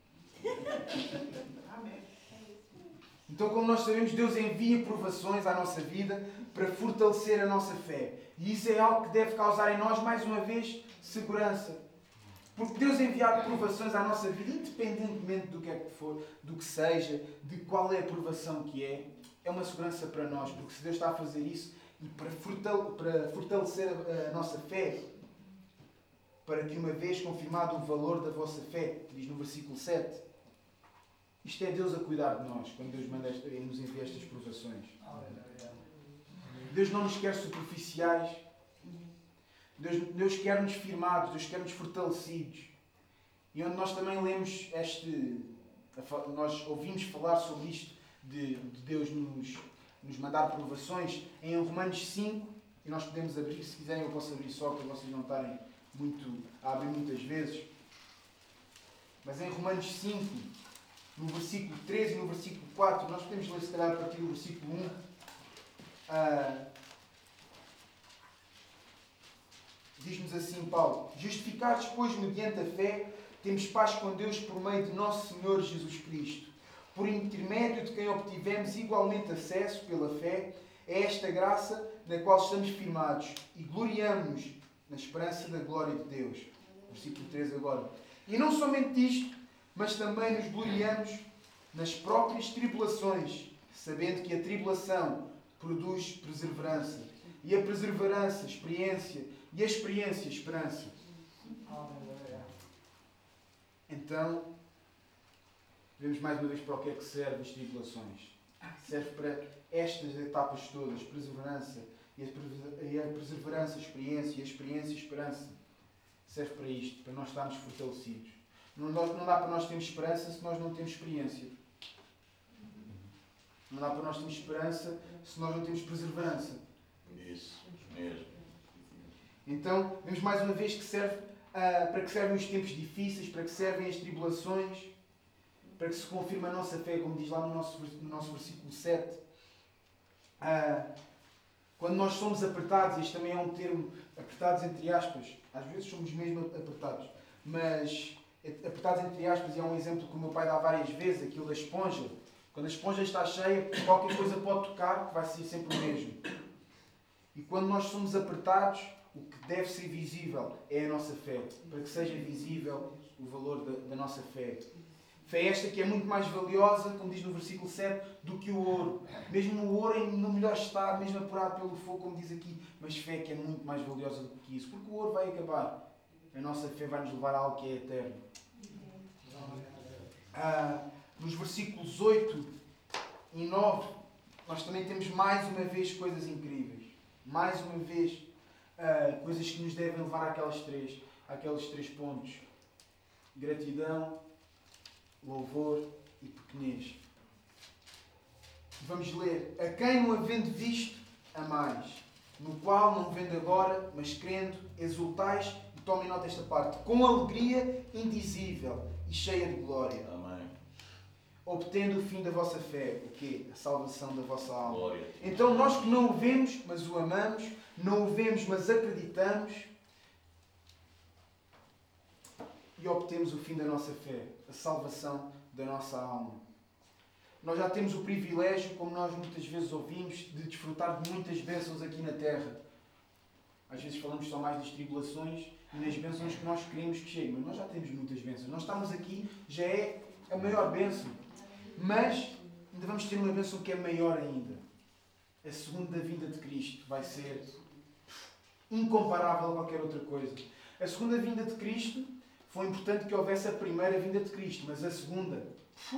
Speaker 1: Amém. Então, como nós sabemos, Deus envia provações à nossa vida para fortalecer a nossa fé. E isso é algo que deve causar em nós, mais uma vez, segurança. Porque Deus enviar provações à nossa vida, independentemente do que é que for, do que seja, de qual é a provação que é uma segurança para nós. Porque se Deus está a fazer isso, e para fortalecer a nossa fé, para que, uma vez confirmado o valor da vossa fé, diz no versículo 7, isto é Deus a cuidar de nós, quando Deus nos envia estas provações. Deus não nos quer superficiais. Deus quer-nos firmados, Deus quer-nos fortalecidos. E onde nós também lemos nós ouvimos falar sobre isto, de Deus nos mandar provações, em Romanos 5, e nós podemos abrir, se quiserem eu posso abrir só, para vocês não estarem a abrir muitas vezes. Mas em Romanos 5, no versículo 13 e no versículo 4, nós podemos ler se calhar a partir do versículo 1, Diz-nos assim Paulo: justificados, pois, mediante a fé, temos paz com Deus por meio de nosso Senhor Jesus Cristo, por intermédio de quem obtivemos igualmente acesso pela fé a esta graça na qual estamos firmados e gloriamo-nos na esperança da glória de Deus. Versículo 3 agora. E não somente isto, mas também nos gloriamos nas próprias tribulações, sabendo que a tribulação produz perseverança, e a perseverança, experiência, e a experiência, esperança. Então, vemos mais uma vez para o que é que serve as tribulações. Serve para estas etapas todas, perseverança, e a perseverança, experiência, e a experiência, esperança. Serve para isto, para nós estarmos fortalecidos. Não dá para nós termos esperança se nós não temos experiência. Não dá para nós termos esperança se nós não temos perseverança.
Speaker 2: Isso mesmo.
Speaker 1: Então, vemos mais uma vez que serve para que servem os tempos difíceis, para que servem as tribulações, para que se confirme a nossa fé, como diz lá no nosso versículo 7. Quando nós somos apertados, este também é um termo, apertados entre aspas, às vezes somos mesmo apertados, mas apertados entre aspas, e é um exemplo que o meu pai dá várias vezes, aquilo da esponja. Quando a esponja está cheia, qualquer coisa pode tocar, que vai ser sempre o mesmo. E quando nós somos apertados, o que deve ser visível é a nossa fé, para que seja visível o valor da nossa fé. Fé esta que é muito mais valiosa, como diz no versículo 7, do que o ouro. Mesmo o ouro no melhor estado, mesmo apurado pelo fogo, como diz aqui, mas fé que é muito mais valiosa do que isso, porque o ouro vai acabar. A nossa fé vai nos levar a algo que é eterno. Nos versículos 8 e 9, nós também temos mais uma vez coisas incríveis. Mais uma vez, coisas que nos devem levar àqueles três pontos. Gratidão, louvor e pequenez. Vamos ler. A quem não havendo visto, amais. No qual, não vendo agora, mas crendo, exultais, e tomem nota desta parte, com alegria indizível e cheia de glória.
Speaker 2: Amém.
Speaker 1: Obtendo o fim da vossa fé. O quê? A salvação da vossa alma.
Speaker 2: Glória.
Speaker 1: Então nós que não o vemos, mas o amamos, não o vemos, mas acreditamos, e obtemos o fim da nossa fé, a salvação da nossa alma. Nós já temos o privilégio, como nós muitas vezes ouvimos, de desfrutar de muitas bênçãos aqui na Terra. Às vezes falamos só mais das tribulações e nas bênçãos que nós queremos que cheguem, mas nós já temos muitas bênçãos. Nós estamos aqui, já é a maior bênção. Mas ainda vamos ter uma bênção que é maior ainda. A segunda vinda de Cristo vai ser incomparável a qualquer outra coisa. A segunda vinda de Cristo, foi importante que houvesse a primeira vinda de Cristo, mas a segunda,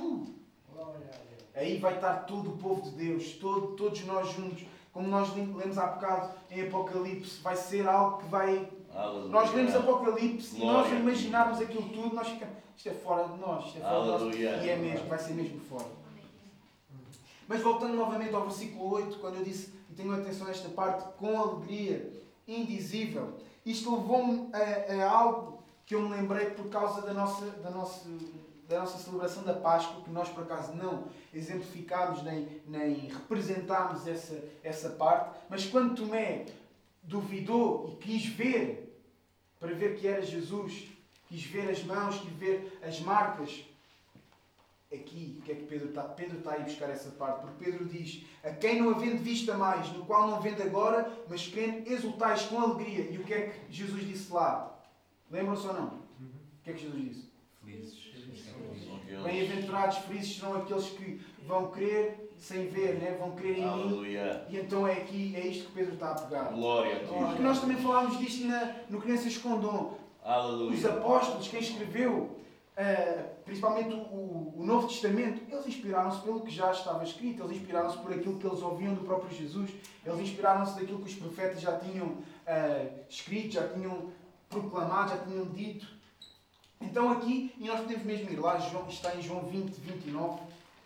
Speaker 1: aí vai estar todo o povo de Deus, todos nós juntos. Como nós lemos há bocado em Apocalipse, vai ser algo que vai...
Speaker 2: Aleluia.
Speaker 1: Nós lemos Apocalipse e nós
Speaker 2: Glória.
Speaker 1: imaginarmos aquilo tudo, nós ficamos... Isto é fora de nós, isto é fora de nós.
Speaker 2: Aleluia.
Speaker 1: E é mesmo, vai ser mesmo fora. Mas voltando novamente ao versículo 8, quando eu disse, e tenho atenção a esta parte, com alegria indizível, isto levou-me a algo que eu me lembrei por causa da nossa celebração da Páscoa, que nós por acaso não exemplificámos nem representámos essa parte, mas quando Tomé duvidou e quis ver, para ver que era Jesus, quis ver as mãos, quis ver as marcas, aqui, o que é que Pedro está? Pedro está a ir buscar essa parte, porque Pedro diz: a quem não havendo visto a mais, no qual não vendo agora, mas crendo, exultais com alegria. E o que é que Jesus disse lá? Lembram-se ou não? O que é que Jesus disse?
Speaker 3: Felizes.
Speaker 1: Bem-aventurados, felizes serão aqueles que vão crer sem ver, né? Vão crer em
Speaker 2: Aleluia.
Speaker 1: mim. E então é isto que Pedro está a pegar.
Speaker 2: Glória a ti.
Speaker 1: Porque nós também falámos disto no Crianças com Dom.
Speaker 2: Aleluia.
Speaker 1: Os apóstolos, quem escreveu, principalmente o Novo Testamento, eles inspiraram-se pelo que já estava escrito, eles inspiraram-se por aquilo que eles ouviam do próprio Jesus, eles inspiraram-se daquilo que os profetas já tinham escrito, já tinham proclamado, já tinham dito. Então aqui, e nós podemos mesmo ir lá, está em João 20, 29,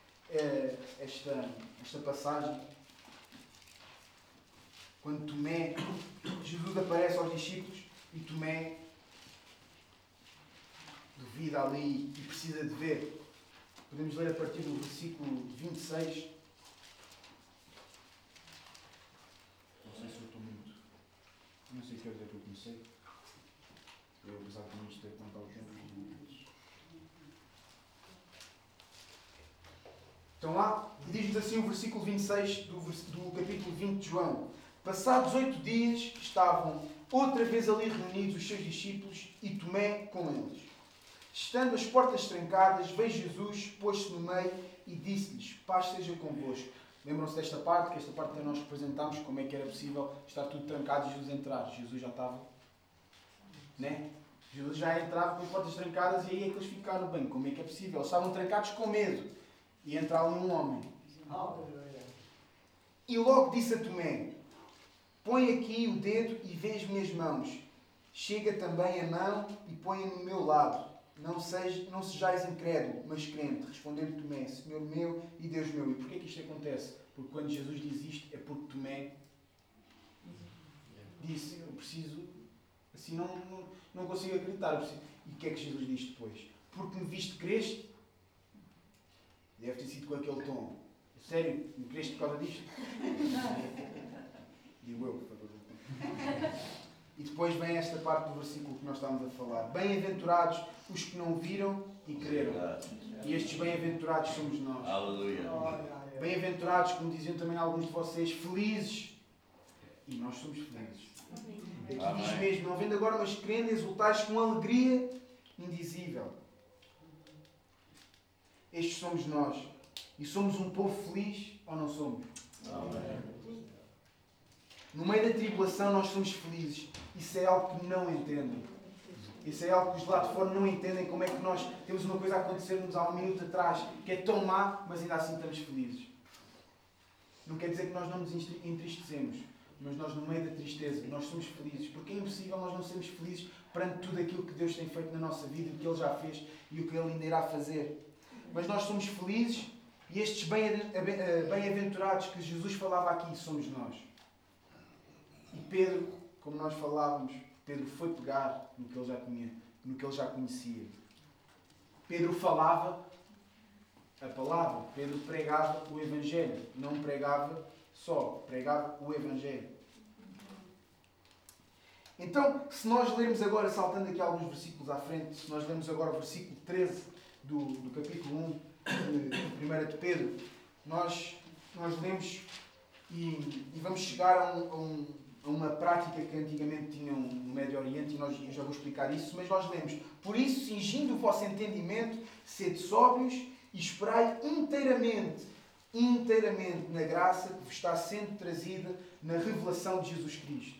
Speaker 1: esta passagem, quando Tomé, Jesus aparece aos discípulos e Tomé duvida ali e precisa de ver. Podemos ler a partir do versículo 26. sei. Eu, apesar de isto ter contar o tempo. Estão lá? E diz-nos assim o versículo 26 do capítulo 20 de João. Passados 8 dias, estavam outra vez ali reunidos os seus discípulos e Tomé com eles. Estando as portas trancadas, veio Jesus, pôs-se no meio e disse-lhes: paz seja convosco. Lembram-se desta parte, que esta parte que nós representámos, como é que era possível estar tudo trancado e Jesus entrar. Jesus já estava, né? Jesus já entrava com as portas trancadas e aí é que eles ficaram bem. Como é que é possível? Eles estavam trancados com medo. E entra ali um homem. E logo disse a Tomé: põe aqui o dedo e vê as minhas mãos. Chega também a mão e põe-a no meu lado. Não sejais incrédulo, mas crente. Respondeu-lhe Tomé: Senhor meu e Deus meu. E porquê que isto acontece? Porque quando Jesus diz isto, é porque Tomé disse: eu preciso, assim não consigo acreditar. E o que é que Jesus diz depois? Porque me viste, creste? Deve ter sido com aquele tom. Sério? Me creste por causa disto? Digo eu, por favor. E depois vem esta parte do versículo que nós estávamos a falar. Bem-aventurados os que não viram e creram. E estes bem-aventurados somos nós.
Speaker 2: Aleluia.
Speaker 1: Bem-aventurados, como diziam também alguns de vocês, felizes. E nós somos felizes. Aqui diz mesmo: não vendo agora, mas crendo, exultais com alegria indizível. Estes somos nós. E somos um povo feliz ou não somos?
Speaker 2: Amém.
Speaker 1: No meio da tribulação nós somos felizes. Isso é algo que não entendem. Isso é algo que os de lá de fora não entendem. Como é que nós temos uma coisa a acontecer-nos há um minuto atrás que é tão má, mas ainda assim estamos felizes. Não quer dizer que nós não nos entristecemos, mas nós no meio da tristeza nós somos felizes. Porque é impossível nós não sermos felizes perante tudo aquilo que Deus tem feito na nossa vida, o que Ele já fez e o que Ele ainda irá fazer. Mas nós somos felizes e estes bem-aventurados que Jesus falava aqui somos nós. E Pedro, como nós falávamos, Pedro foi pegar no que ele já conhecia. Pedro falava a palavra. Pedro pregava o Evangelho. Não pregava só, pregava o Evangelho. Então, se nós lermos agora, saltando aqui alguns versículos à frente, se nós lermos agora o versículo 13 do capítulo 1 de 1 de Pedro, nós lemos e vamos chegar a uma prática que antigamente tinham no Médio Oriente, e eu já vou explicar isso, mas nós lemos: por isso, cingindo o vosso entendimento, sede sóbrios e esperai inteiramente na graça que vos está sendo trazida na revelação de Jesus Cristo.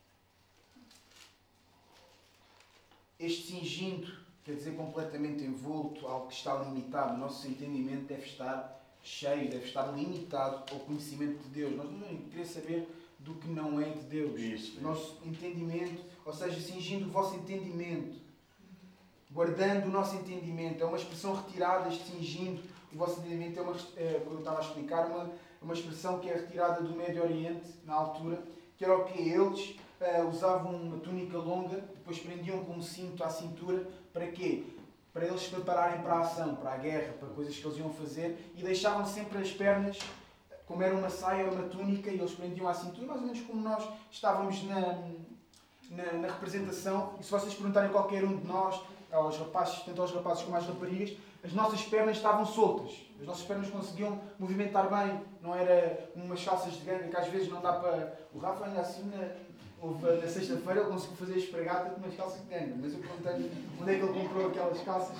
Speaker 1: Este cingindo quer dizer completamente envolto, algo que está limitado. O nosso entendimento deve estar cheio, deve estar limitado ao conhecimento de Deus. Nós não devemos querer saber do que não é de Deus.
Speaker 2: Isso.
Speaker 1: Nosso entendimento, ou seja, cingindo o vosso entendimento, guardando o nosso entendimento. É uma expressão retirada, este cingindo o vosso entendimento, como eu estava a explicar, uma expressão que é retirada do Médio Oriente, na altura, que era o que eles usavam uma túnica longa, depois prendiam com um cinto à cintura. Para quê? Para eles se prepararem para a ação, para a guerra, para coisas que eles iam fazer, e deixavam sempre as pernas, como era uma saia ou uma túnica, e eles prendiam à cintura, mais ou menos como nós estávamos na representação. E se vocês perguntarem a qualquer um de nós, aos rapazes, tanto aos rapazes como às raparigas, as nossas pernas estavam soltas. As nossas pernas conseguiam movimentar bem. Não era umas calças de ganga que às vezes não dá para... O Rafa ainda assim, na sexta-feira, ele conseguiu fazer a esfregata com umas calças de ganga. Mas eu perguntei onde é que ele comprou aquelas calças.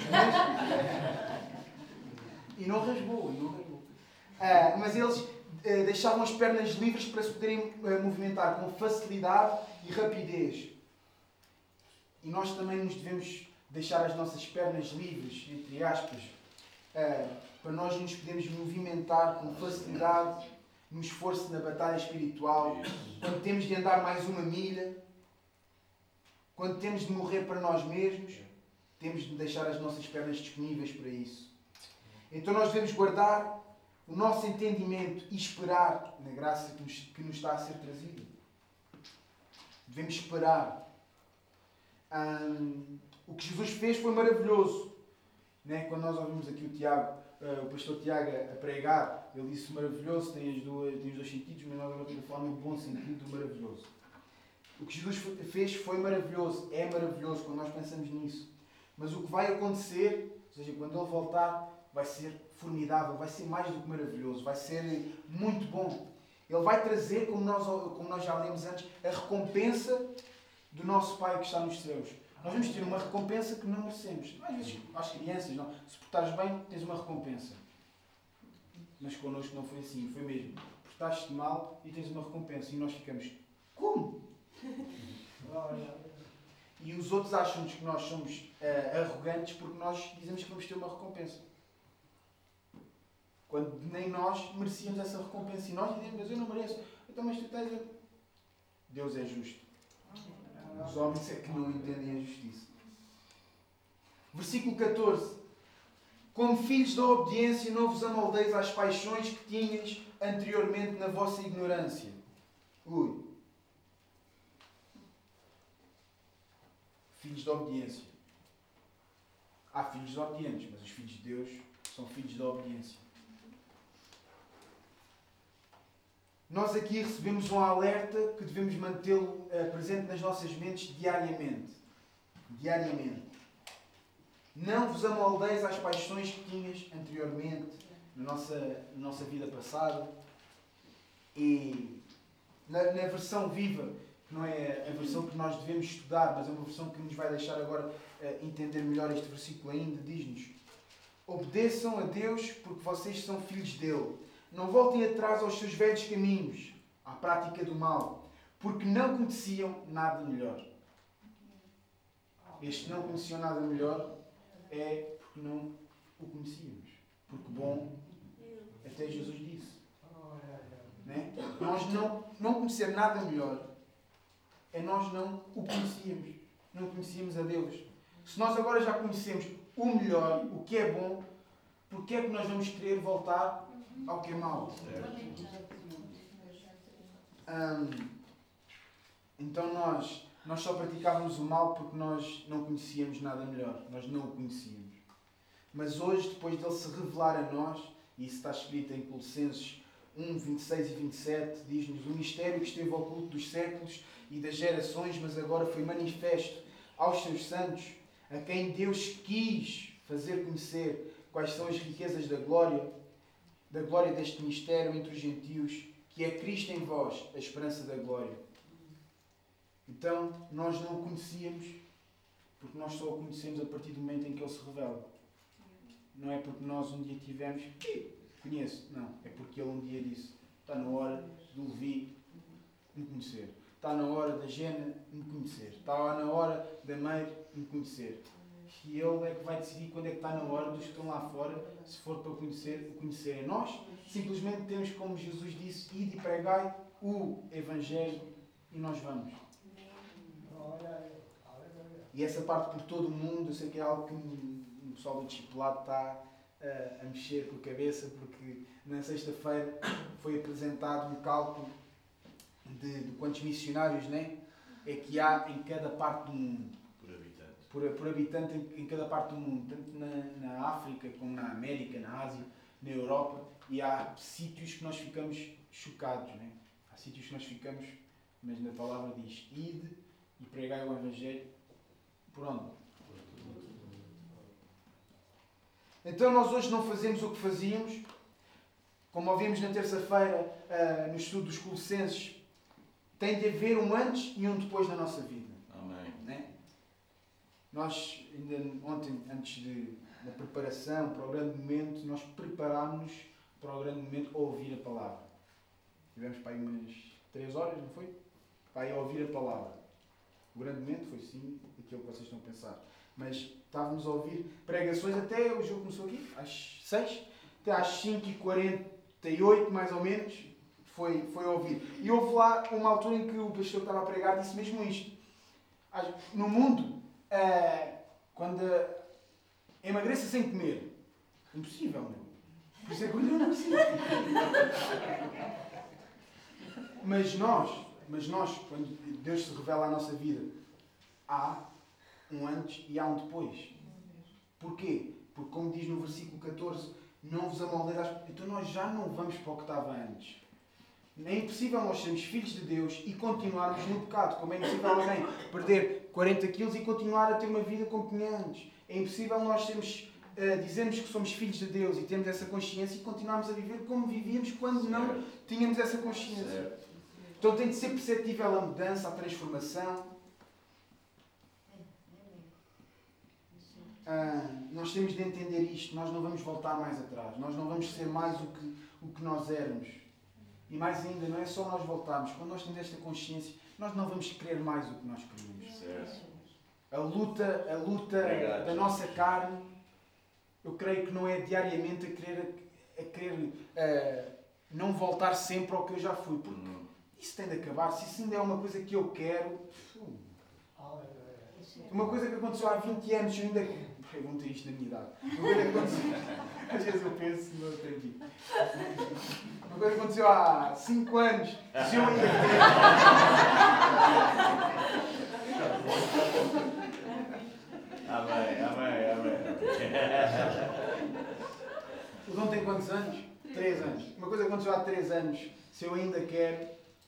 Speaker 1: E não rasgou. Mas eles deixavam as pernas livres para se poderem movimentar com facilidade e rapidez. E nós também nos devemos deixar as nossas pernas livres, entre aspas, para nós nos podermos movimentar com facilidade no esforço na batalha espiritual, quando temos de andar mais uma milha, quando temos de morrer para nós mesmos, temos de deixar as nossas pernas disponíveis para isso. Então nós devemos guardar o nosso entendimento e esperar na graça que nos está a ser trazida. Devemos esperar. O que Jesus fez foi maravilhoso. Né? Quando nós ouvimos aqui o pastor Tiago a pregar, ele disse maravilhoso, tem os dois sentidos, mas nós agora estamos a falar no bom sentido do maravilhoso. O que Jesus fez foi maravilhoso, é maravilhoso quando nós pensamos nisso. Mas o que vai acontecer, ou seja, quando Ele voltar, vai ser formidável, vai ser mais do que maravilhoso, vai ser muito bom. Ele vai trazer, como nós já lemos antes, a recompensa do nosso Pai que está nos céus. Nós vamos ter uma recompensa que não merecemos. Às vezes, às crianças, não. Se portares bem, tens uma recompensa. Mas connosco não foi assim, foi mesmo. Portaste mal e tens uma recompensa. E nós ficamos, como? E os outros acham que nós somos arrogantes porque nós dizemos que vamos ter uma recompensa. Quando nem nós merecíamos essa recompensa. E nós dizemos, mas eu não mereço. Então, mas tu tens... Deus é justo. Os homens é que não entendem a justiça. Versículo 14. Como filhos da obediência, não vos amoldeis às paixões que tinhas anteriormente na vossa ignorância. Ui. Filhos da obediência. Há filhos desobedientes, mas os filhos de Deus são filhos da obediência. Nós aqui recebemos um alerta que devemos mantê-lo presente nas nossas mentes diariamente. Diariamente. Não vos amoldeis às paixões que tinhas anteriormente, na nossa vida passada. E na versão viva, que não é a versão que nós devemos estudar, mas é uma versão que nos vai deixar agora entender melhor este versículo ainda, diz-nos: obedeçam a Deus porque vocês são filhos dele. Não voltem atrás aos seus velhos caminhos, à prática do mal, porque não conheciam nada melhor. Este não conheciam nada melhor é porque não o conhecíamos. Porque bom, até Jesus disse. Né? Nós não conhecer nada melhor é nós não o conhecíamos. Não conhecíamos a Deus. Se nós agora já conhecemos o melhor, o que é bom, porque é que nós vamos querer voltar ao que é mau? Então nós só praticávamos o mal porque nós não conhecíamos nada melhor. Nós não o conhecíamos. Mas hoje, depois dele se revelar a nós, e isso está escrito em Colossenses 1, 26 e 27, diz-nos: o mistério que esteve oculto dos séculos e das gerações, mas agora foi manifesto aos seus santos, a quem Deus quis fazer conhecer quais são as riquezas da glória deste mistério entre os gentios, que é Cristo em vós, a esperança da glória. Então, nós não o conhecíamos, porque nós só o conhecemos a partir do momento em que Ele se revela. Não é porque nós um dia tivemos, conheço, não. É porque Ele um dia disse: está na hora do Levi me conhecer. Está na hora da Gena me conhecer. Está na hora da Meire me conhecer. E Ele é que vai decidir quando é que está na hora dos que estão lá fora, se for para o conhecerem. Nós simplesmente temos, como Jesus disse, ide e pregai o Evangelho, e nós vamos. E essa parte por todo o mundo, eu sei que é algo que o pessoal do discipulado está a mexer com a cabeça, porque na sexta-feira foi apresentado um cálculo de quantos missionários, né, é que há em cada parte do mundo. Por habitante em cada parte do mundo, tanto na África como na América, na Ásia, na Europa, e há sítios que nós ficamos chocados, né? Há sítios que nós ficamos, mas na palavra diz: ide e pregai o Evangelho. Por onde? Então nós hoje não fazemos o que fazíamos, como ouvimos na terça-feira no estudo dos Colossenses. Tem de haver um antes e um depois na nossa vida.
Speaker 2: Amém.
Speaker 1: Né? Nós, ainda ontem, na preparação para o grande momento, nós preparámos-nos para o grande momento a ouvir a palavra. Tivemos para aí umas 3 horas, não foi? Para aí a ouvir a palavra. O grande momento foi sim aquilo que vocês estão a pensar. Mas estávamos a ouvir pregações até o jogo começou aqui, às 6, até às 5h48 mais ou menos, foi a ouvir. E houve lá uma altura em que o pastor que estava a pregar disse mesmo isto. No mundo, quando emagreça sem comer, impossível, não é? Por isso é que eu não consigo. Mas nós, quando Deus se revela à nossa vida, há um antes e há um depois. Porquê? Porque, como diz no versículo 14, não vos amoldeis às... Então nós já não vamos para o que estava antes. É impossível nós sermos filhos de Deus e continuarmos no pecado. Como é impossível alguém perder 40 quilos e continuar a ter uma vida como tinha antes. É impossível nós dizermos que somos filhos de Deus e termos essa consciência e continuarmos a viver como vivíamos quando não tínhamos essa consciência. Então tem de ser perceptível a mudança, a transformação. Nós temos de entender isto. Nós não vamos voltar mais atrás. Nós não vamos ser mais o que nós éramos. E mais ainda, não é só nós voltarmos. Quando nós temos esta consciência, nós não vamos querer mais o que nós queríamos. A luta
Speaker 2: Obrigado,
Speaker 1: da nossa carne, eu creio que não é diariamente a querer não voltar sempre ao que eu já fui. Porque isso tem de acabar. Se isso ainda é uma coisa que eu quero... Uma coisa que aconteceu há 20 anos, eu ainda... Eu vou ter isto na minha idade. Uma coisa que aconteceu... Às vezes eu penso, não tenho aqui. Uma coisa que aconteceu há 5 anos, se eu ainda quero...
Speaker 2: Amém.
Speaker 1: O Dom tem quantos anos? 3 anos. Uma coisa que aconteceu há 3 anos, se eu ainda quero...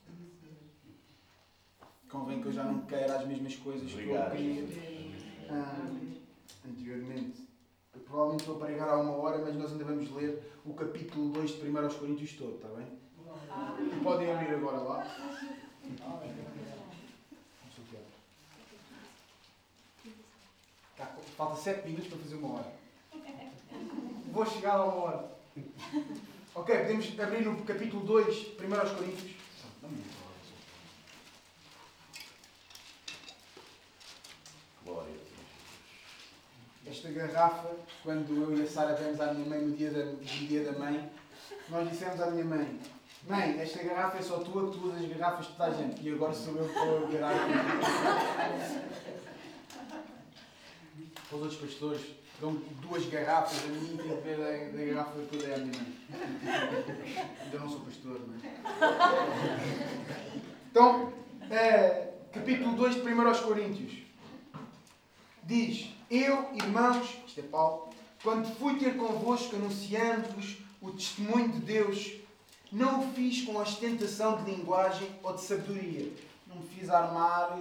Speaker 1: Convém que eu já não quero as mesmas coisas que eu queria anteriormente. Eu provavelmente estou a pregar há 1 hora, mas nós ainda vamos ler o capítulo 2 de 1 Coríntios todo, está bem? E podem abrir agora lá. Falta 7 minutos para fazer 1 hora. Vou chegar a 1 hora. Ok, podemos abrir no capítulo 2 de 1 Coríntios. Esta garrafa, quando eu e a Sara demos à minha mãe no dia da mãe, nós dissemos à minha mãe: Mãe, esta garrafa é só tua, que tu usas as garrafas de toda a gente. E agora sou eu que vou beber água. Para os outros pastores, dão 2 garrafas a mim e tenho que beber da garrafa toda à minha mãe. Ainda não sou pastor, não é? Então, capítulo 2 de 1 Coríntios. Diz: Eu, irmãos, isto é Paulo, quando fui ter convosco anunciando-vos o testemunho de Deus, não o fiz com ostentação de linguagem ou de sabedoria. Não me fiz armar.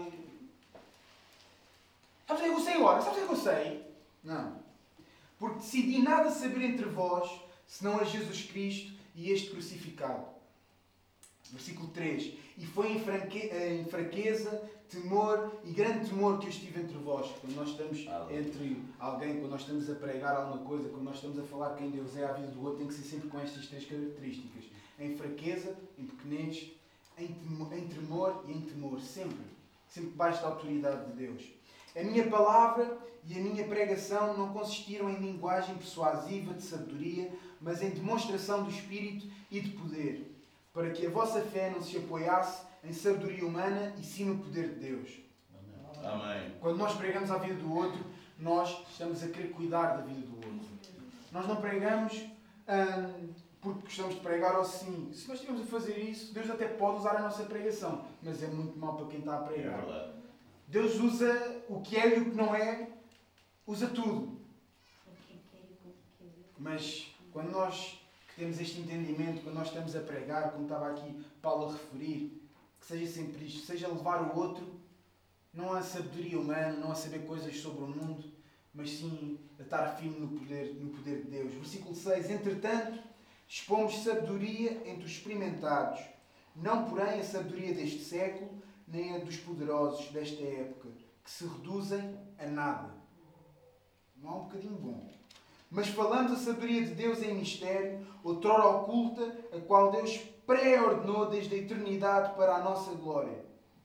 Speaker 1: Sabes o que eu sei agora? Sabes o que eu sei? Não. Porque decidi nada saber entre vós, senão a Jesus Cristo e este crucificado. Versículo 3. E foi em fraqueza, temor e grande temor que eu estive entre vós. Quando nós estamos entre alguém, quando nós estamos a pregar alguma coisa, quando nós estamos a falar quem Deus é à vida do outro, tem que ser sempre com estas 3 características. Em fraqueza, em pequenez, em tremor e em temor. Sempre. Sempre debaixo da autoridade de Deus. A minha palavra e a minha pregação não consistiram em linguagem persuasiva de sabedoria, mas em demonstração do Espírito e de poder, para que a vossa fé não se apoiasse em sabedoria humana e sim no poder de Deus.
Speaker 2: Amém.
Speaker 1: Quando nós pregamos à vida do outro, nós estamos a querer cuidar da vida do outro. Nós não pregamos porque gostamos de pregar ou sim. Se nós estivermos a fazer isso, Deus até pode usar a nossa pregação, mas é muito mau para quem está a pregar.
Speaker 2: É verdade.
Speaker 1: Deus usa o que é e o que não é, usa tudo. Mas quando nós temos este entendimento, quando nós estamos a pregar, como estava aqui Paulo a referir, que seja sempre isto, seja levar o outro, não a sabedoria humana, não a saber coisas sobre o mundo, mas sim a estar firme no poder de Deus. Versículo 6. Entretanto, expomos sabedoria entre os experimentados, não porém a sabedoria deste século, nem a dos poderosos desta época, que se reduzem a nada. Não há um bocadinho bom. Mas falamos a sabedoria de Deus em mistério, outrora oculta, a qual Deus pré-ordenou desde a eternidade para a nossa glória.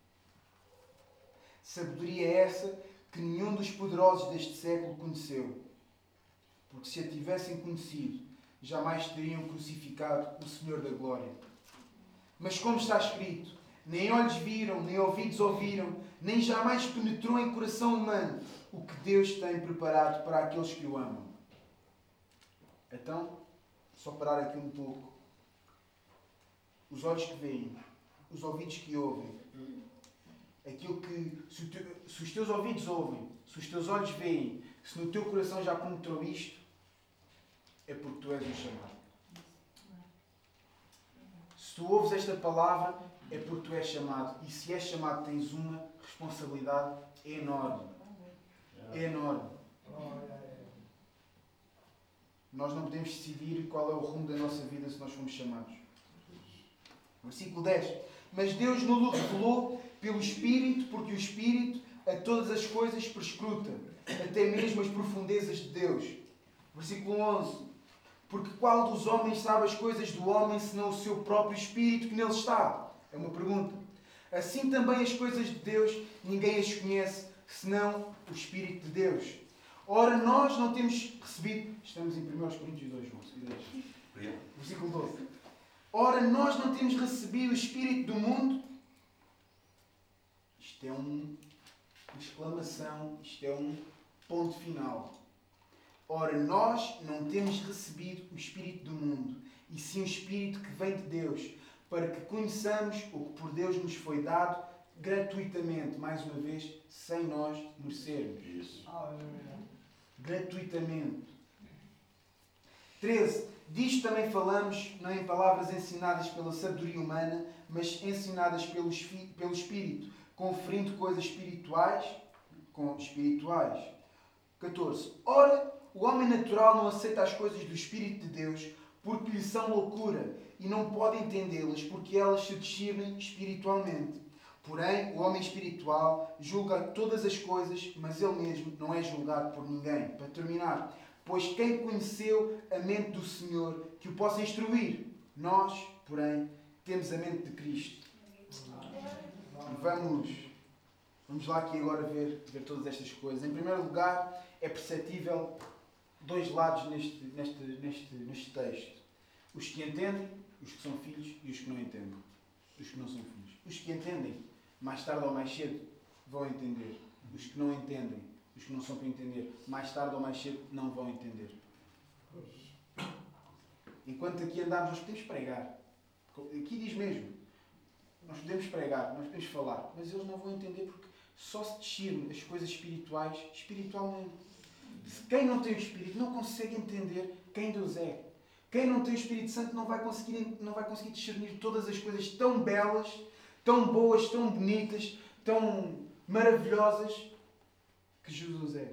Speaker 1: Sabedoria essa que nenhum dos poderosos deste século conheceu. Porque se a tivessem conhecido, jamais teriam crucificado o Senhor da glória. Mas como está escrito, nem olhos viram, nem ouvidos ouviram, nem jamais penetrou em coração humano o que Deus tem preparado para aqueles que o amam. Então, só parar aqui um pouco. Os olhos que veem, os ouvidos que ouvem, aquilo que, se os teus ouvidos ouvem, se os teus olhos veem, se no teu coração já penetrou isto, é porque tu és um chamado. Se tu ouves esta palavra, é porque tu és chamado. E se és chamado, tens uma responsabilidade enorme. Enorme. Nós não podemos decidir qual é o rumo da nossa vida se nós formos chamados. Versículo 10. Mas Deus nos revelou pelo Espírito, porque o Espírito a todas as coisas perscruta, até mesmo as profundezas de Deus. Versículo 11. Porque qual dos homens sabe as coisas do homem, senão o seu próprio Espírito que nele está? É uma pergunta. Assim também as coisas de Deus, ninguém as conhece, senão o Espírito de Deus. Ora, nós não temos recebido... Estamos em 1 Coríntios 2, João, se quiseres. Versículo 12. Ora, nós não temos recebido o Espírito do mundo. Isto é uma exclamação, isto é um ponto final. Ora, nós não temos recebido o Espírito do mundo, e sim o Espírito que vem de Deus, para que conheçamos o que por Deus nos foi dado gratuitamente, mais uma vez, sem nós merecermos.
Speaker 2: Isso.
Speaker 1: Gratuitamente. 13. Disto também falamos, não em palavras ensinadas pela sabedoria humana, mas ensinadas pelo Espírito, conferindo coisas espirituais com espirituais. 14. Ora, o homem natural não aceita as coisas do Espírito de Deus, porque lhe são loucura, e não pode entendê-las, porque elas se discernem espiritualmente. Porém, o homem espiritual julga todas as coisas, mas ele mesmo não é julgado por ninguém. Para terminar, pois quem conheceu a mente do Senhor que o possa instruir? Nós, porém, temos a mente de Cristo. Vamos lá aqui agora ver todas estas coisas. Em primeiro lugar, é perceptível dois lados neste texto. Os que entendem, os que são filhos, e os que não entendem. Os que não são filhos. Os que entendem, mais tarde ou mais cedo, vão entender. Os que não entendem, os que não são para entender, mais tarde ou mais cedo, não vão entender. Enquanto aqui andamos, nós podemos pregar. Aqui diz mesmo. Nós podemos pregar, nós podemos falar, mas eles não vão entender porque só se discerne as coisas espirituais espiritualmente. Quem não tem o Espírito não consegue entender quem Deus é. Quem não tem o Espírito Santo não vai conseguir discernir todas as coisas tão belas, tão boas, tão bonitas, tão maravilhosas que Jesus é.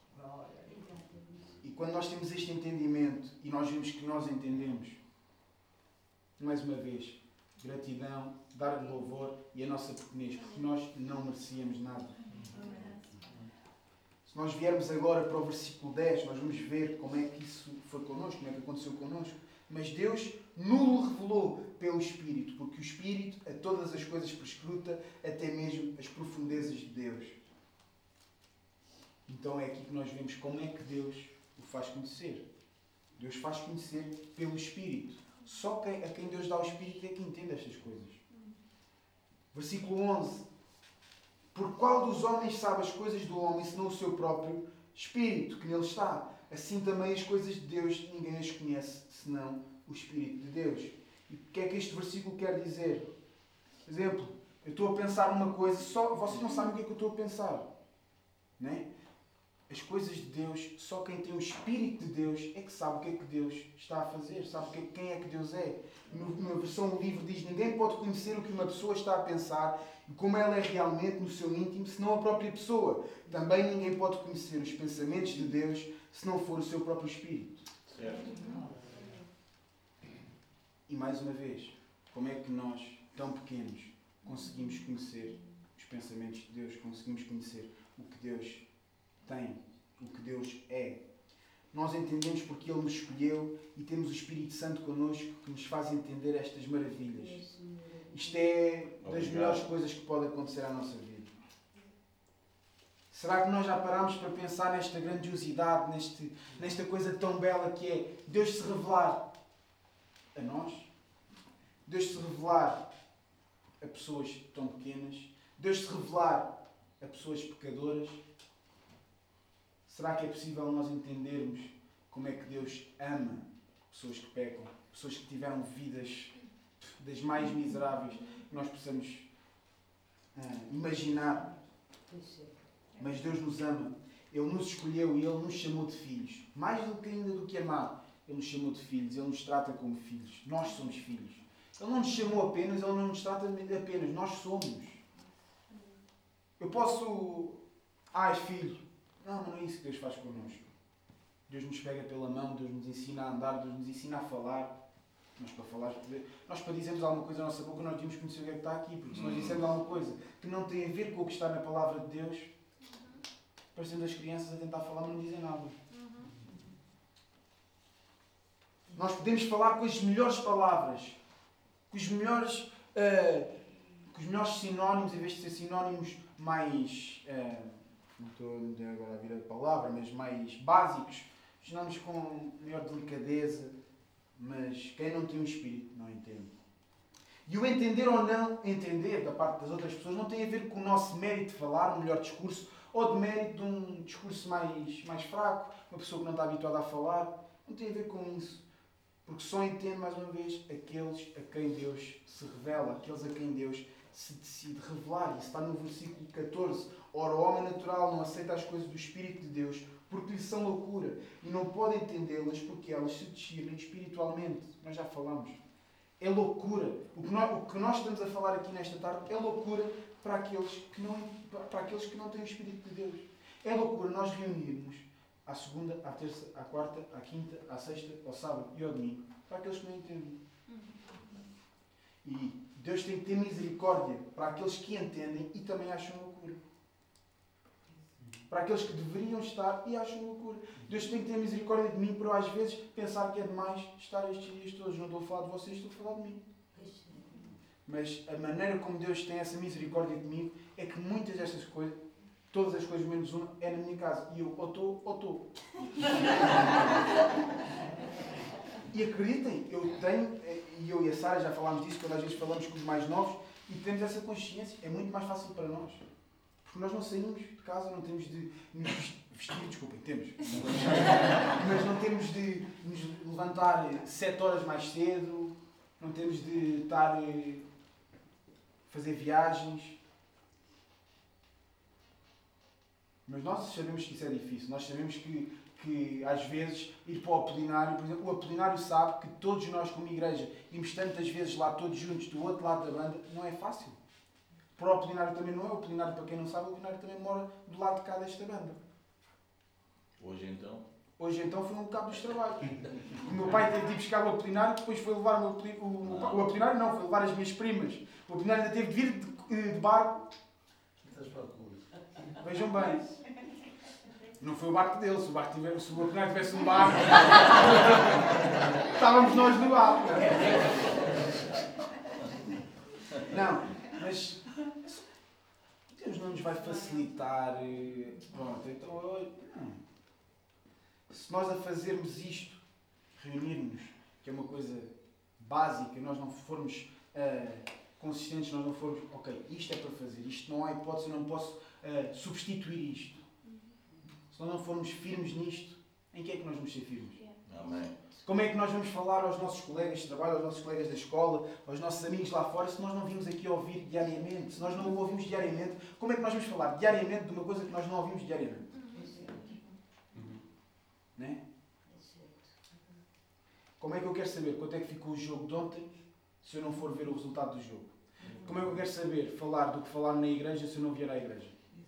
Speaker 1: E quando nós temos este entendimento e nós vemos que nós entendemos, mais uma vez, gratidão, dar-lhe louvor e a nossa pequenez, porque nós não merecíamos nada. Se nós viermos agora para o versículo 10, nós vamos ver como é que isso foi connosco, como é que aconteceu connosco. Mas Deus nos revelou pelo Espírito, porque o Espírito a todas as coisas perscruta, até mesmo as profundezas de Deus. Então é aqui que nós vemos como é que Deus o faz conhecer. Deus faz conhecer pelo Espírito. Só a quem Deus dá o Espírito é que entende estas coisas. Versículo 11. Por qual dos homens sabe as coisas do homem, senão o seu próprio Espírito que nele está? Assim também as coisas de Deus, ninguém as conhece, senão o Espírito de Deus. E o que é que este versículo quer dizer? Por exemplo, eu estou a pensar uma coisa, só vocês não sabem o que é que eu estou a pensar. Não é? As coisas de Deus, só quem tem o Espírito de Deus é que sabe o que é que Deus está a fazer, sabe quem é que Deus é. Numa versão do livro diz: ninguém pode conhecer o que uma pessoa está a pensar e como ela é realmente no seu íntimo, senão a própria pessoa. Também ninguém pode conhecer os pensamentos de Deus se não for o seu próprio Espírito.
Speaker 2: Certo.
Speaker 1: E mais uma vez, como é que nós, tão pequenos, conseguimos conhecer os pensamentos de Deus, conseguimos conhecer o que Deus tem, o que Deus é? Nós entendemos porque Ele nos escolheu e temos o Espírito Santo connosco que nos faz entender estas maravilhas. Isto é das melhores coisas que pode acontecer à nossa vida. Será que nós já parámos para pensar nesta grandiosidade, nesta coisa tão bela que é Deus se revelar a nós? Deus se revelar a pessoas tão pequenas? Deus se revelar a pessoas pecadoras? Será que é possível nós entendermos como é que Deus ama pessoas que pecam, pessoas que tiveram vidas das mais miseráveis que nós possamos imaginar? Mas Deus nos ama, Ele nos escolheu e Ele nos chamou de filhos. Mais do que ainda do que amar, Ele nos chamou de filhos, Ele nos trata como filhos. Nós somos filhos. Ele não nos chamou apenas, Ele não nos trata apenas. Nós somos. Eu posso... Ai, filho. Não, mas não é isso que Deus faz connosco. Deus nos pega pela mão, Deus nos ensina a andar, Deus nos ensina a falar. Nós para dizermos alguma coisa na nossa boca, nós devemos conhecer o que é que está aqui. Porque se nós dissermos alguma coisa que não tem a ver com o que está na palavra de Deus, parecendo as crianças a tentar falar, mas não dizem nada. Nós podemos falar com as melhores palavras, com os melhores sinónimos, em vez de ser sinónimos mais... não estou agora a vir a palavra, mas mais básicos, sinónimos com maior delicadeza, mas quem não tem um espírito não entende. E o entender ou não entender da parte das outras pessoas não tem a ver com o nosso mérito de falar, um melhor discurso, ou de mérito de um discurso mais fraco, uma pessoa que não está habituada a falar. Não tem a ver com isso. Porque só entende, mais uma vez, aqueles a quem Deus se revela, aqueles a quem Deus se decide revelar. Isso está no versículo 14. Ora, o homem natural não aceita as coisas do Espírito de Deus, porque lhe são loucura, e não pode entendê-las porque elas se discernem espiritualmente. Nós já falamos. É loucura. O que nós estamos a falar aqui nesta tarde é loucura para aqueles que não têm o Espírito de Deus. É loucura nós reunirmos à segunda, à terça, à quarta, à quinta, à sexta, ao sábado e ao domingo, para aqueles que não entendem. E Deus tem que ter misericórdia para aqueles que entendem e também acham loucura. Para aqueles que deveriam estar e acham loucura. Deus tem que ter misericórdia de mim para eu, às vezes, pensar que é demais estar estes dias todos. Não estou a falar de vocês, estou a falar de mim. Mas a maneira como Deus tem essa misericórdia comigo é que muitas destas coisas, todas as coisas menos uma, é na minha casa. E eu ou estou. E acreditem, eu e a Sara já falámos disso, quando às vezes falamos com os mais novos, e temos essa consciência. É muito mais fácil para nós. Porque nós não saímos de casa, não temos de nos vestir, desculpem, temos. Mas não temos de nos levantar 7 horas mais cedo, não temos de estar fazer viagens. Mas nós sabemos que isso é difícil. Nós sabemos que às vezes ir para o Apolinário, por exemplo, o Apolinário sabe que todos nós como igreja irmos tantas vezes lá todos juntos do outro lado da banda, não é fácil. Para o Apolinário também não é. O Apolinário, para quem não sabe, o Apolinário também mora do lado de cá desta banda.
Speaker 2: Hoje então?
Speaker 1: Hoje então foi um bocado dos trabalhos. O meu pai teve de ir buscar o Apolinário, depois foi levar o Apolinário não, foi levar as minhas primas. O Apolinário ainda teve de vir de barco. Vejam bem. Não foi o barco dele, se o Apolinário tivesse um barco, estávamos nós no barco. Não, mas Deus não nos vai facilitar. Pronto, então não. Se nós a fazermos isto, reunirmos, que é uma coisa básica, nós não formos consistentes, nós não formos, ok, isto é para fazer, isto não há hipótese, eu não posso substituir isto. Se nós não formos firmes nisto, em que é que nós vamos ser firmes?
Speaker 2: Amém.
Speaker 1: Como é que nós vamos falar aos nossos colegas de trabalho, aos nossos colegas da escola, aos nossos amigos lá fora, se nós não vimos aqui ouvir diariamente? Se nós não o ouvimos diariamente, como é que nós vamos falar diariamente de uma coisa que nós não ouvimos diariamente? Não é? Como é que eu quero saber quanto é que ficou o jogo de ontem se eu não for ver o resultado do jogo? Como é que eu quero saber falar do que falar na igreja se eu não vier à igreja?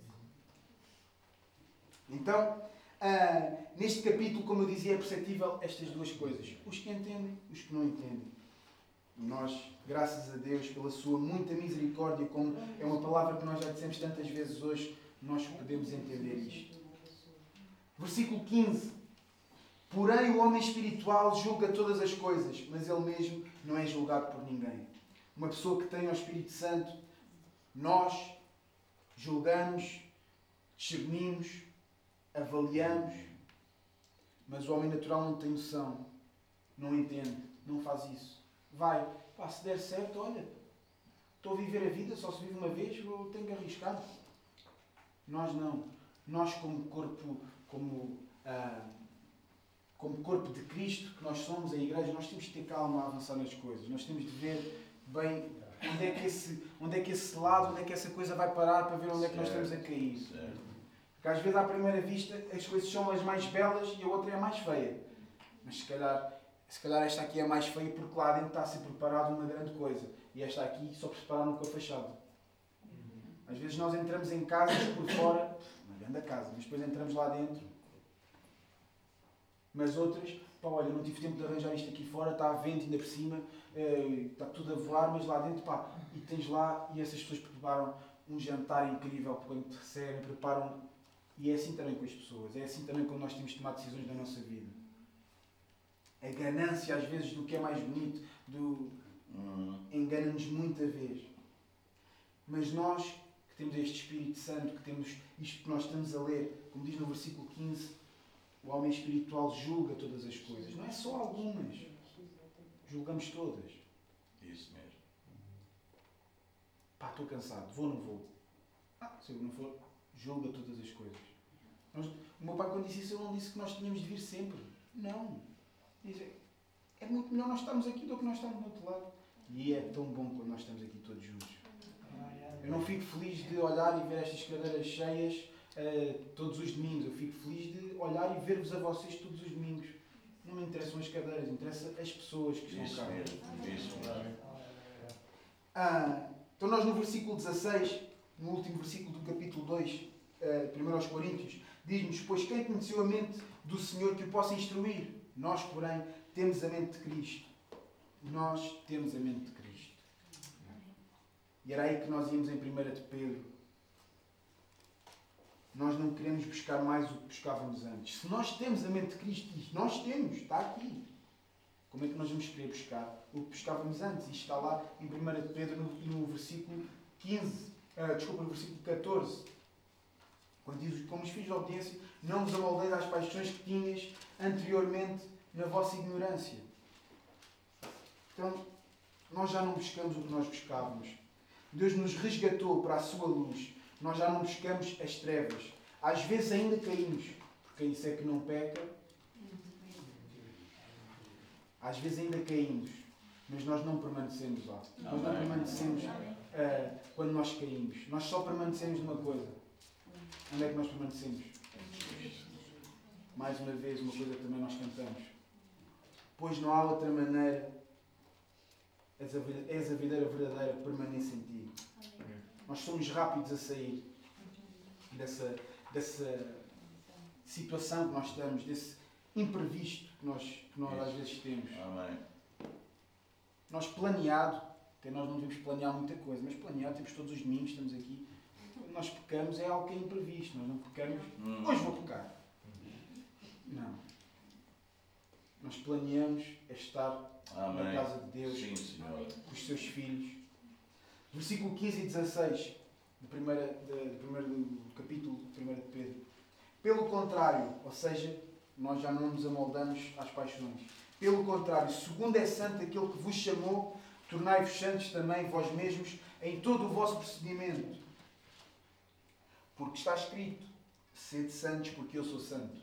Speaker 1: Então, neste capítulo, como eu dizia, é perceptível estas duas coisas. Os que entendem, os que não entendem. E nós, graças a Deus, pela sua muita misericórdia, como é uma palavra que nós já dissemos tantas vezes hoje, nós podemos entender isto. Versículo 15. Porém, o homem espiritual julga todas as coisas, mas ele mesmo não é julgado por ninguém. Uma pessoa que tem o Espírito Santo, nós julgamos, discernimos, avaliamos, mas o homem natural não tem noção, não entende, não faz isso. Vai, pá, se der certo, olha, estou a viver a vida, só se vive uma vez, eu tenho que arriscar. Nós não. Nós como corpo, como corpo de Cristo, que nós somos a igreja, nós temos que ter calma a avançar nas coisas. Nós temos de ver bem onde é que esse lado, onde é que essa coisa vai parar para ver onde é que nós estamos a cair. Porque às vezes, à primeira vista, as coisas são as mais belas e a outra é a mais feia. Mas se calhar se calhar esta aqui é mais feia porque lá dentro está a ser preparado uma grande coisa. E esta aqui só prepararam com a fachada. Às vezes nós entramos em casas por fora, uma grande casa, mas depois entramos lá dentro. Mas outras, pá, olha, não tive tempo de arranjar isto aqui fora, está a vento ainda por cima, está tudo a voar, mas lá dentro, pá, e tens lá, e essas pessoas preparam um jantar incrível quando te recebem, preparam. E é assim também com as pessoas, é assim também quando nós temos de tomar decisões na nossa vida. A ganância, às vezes, do que é mais bonito, engana-nos muita vez. Mas nós, que temos este Espírito Santo, que temos isto que nós estamos a ler, como diz no versículo 15, o homem espiritual julga todas as coisas. Não é só algumas. Julgamos todas.
Speaker 2: Isso mesmo.
Speaker 1: Pá, estou cansado. Vou ou não vou? Se eu não for, julga todas as coisas. O meu pai, quando disse isso, ele não disse que nós tínhamos de vir sempre. Não. Diz, é muito melhor nós estarmos aqui do que nós estarmos do outro lado. E é tão bom quando nós estamos aqui todos juntos. Eu não fico feliz de olhar e ver estas cadeiras cheias todos os domingos. Eu fico feliz de olhar e ver-vos a vocês todos os domingos. Não me interessam as cadeiras, interessa as pessoas que estão
Speaker 2: Isso
Speaker 1: cá.
Speaker 2: mesmo. Isso mesmo.
Speaker 1: Então nós no versículo 16, no último versículo do capítulo 2, 1 aos Coríntios, diz-nos, pois quem conheceu a mente do Senhor que o possa instruir? Nós, porém, temos a mente de Cristo. Nós temos a mente de Cristo. E era aí que nós íamos em 1 de Pedro. Nós não queremos buscar mais o que buscávamos antes. Se nós temos a mente de Cristo, e nós temos, está aqui. Como é que nós vamos querer buscar o que buscávamos antes? Isto está lá em 1 de Pedro, no versículo 15. No versículo 14. Quando diz, como os filhos de obediência, não vos amoldeis às paixões que tinhas anteriormente na vossa ignorância. Então, nós já não buscamos o que nós buscávamos. Deus nos resgatou para a sua luz. Nós já não buscamos as trevas. Às vezes ainda caímos, porque isso é que não peca. Às vezes ainda caímos, mas nós não permanecemos lá. Nós não permanecemos quando nós caímos. Nós só permanecemos numa coisa. Onde é que nós permanecemos? Mais uma vez, uma coisa que também nós cantamos. Pois não há outra maneira. És a videira verdadeira que permanece em ti. Nós somos rápidos a sair dessa situação que nós estamos, desse imprevisto que nós às vezes temos.
Speaker 2: Amém.
Speaker 1: Nós planeado, até nós não devemos planear muita coisa, mas planeado temos todos os domingos, estamos aqui. Quando nós pecamos é algo que é imprevisto, nós não pecamos, hoje vou pecar. Não. Nós planeamos estar
Speaker 2: Amém.
Speaker 1: na casa de Deus,
Speaker 2: Sim, Senhor.
Speaker 1: com os seus filhos. Versículo 15 e 16 do primeiro capítulo de 1 de Pedro. Pelo contrário, ou seja, nós já não nos amoldamos às paixões. Pelo contrário, segundo é santo aquele que vos chamou, tornai-vos santos também vós mesmos em todo o vosso procedimento. Porque está escrito, sede santos porque eu sou santo.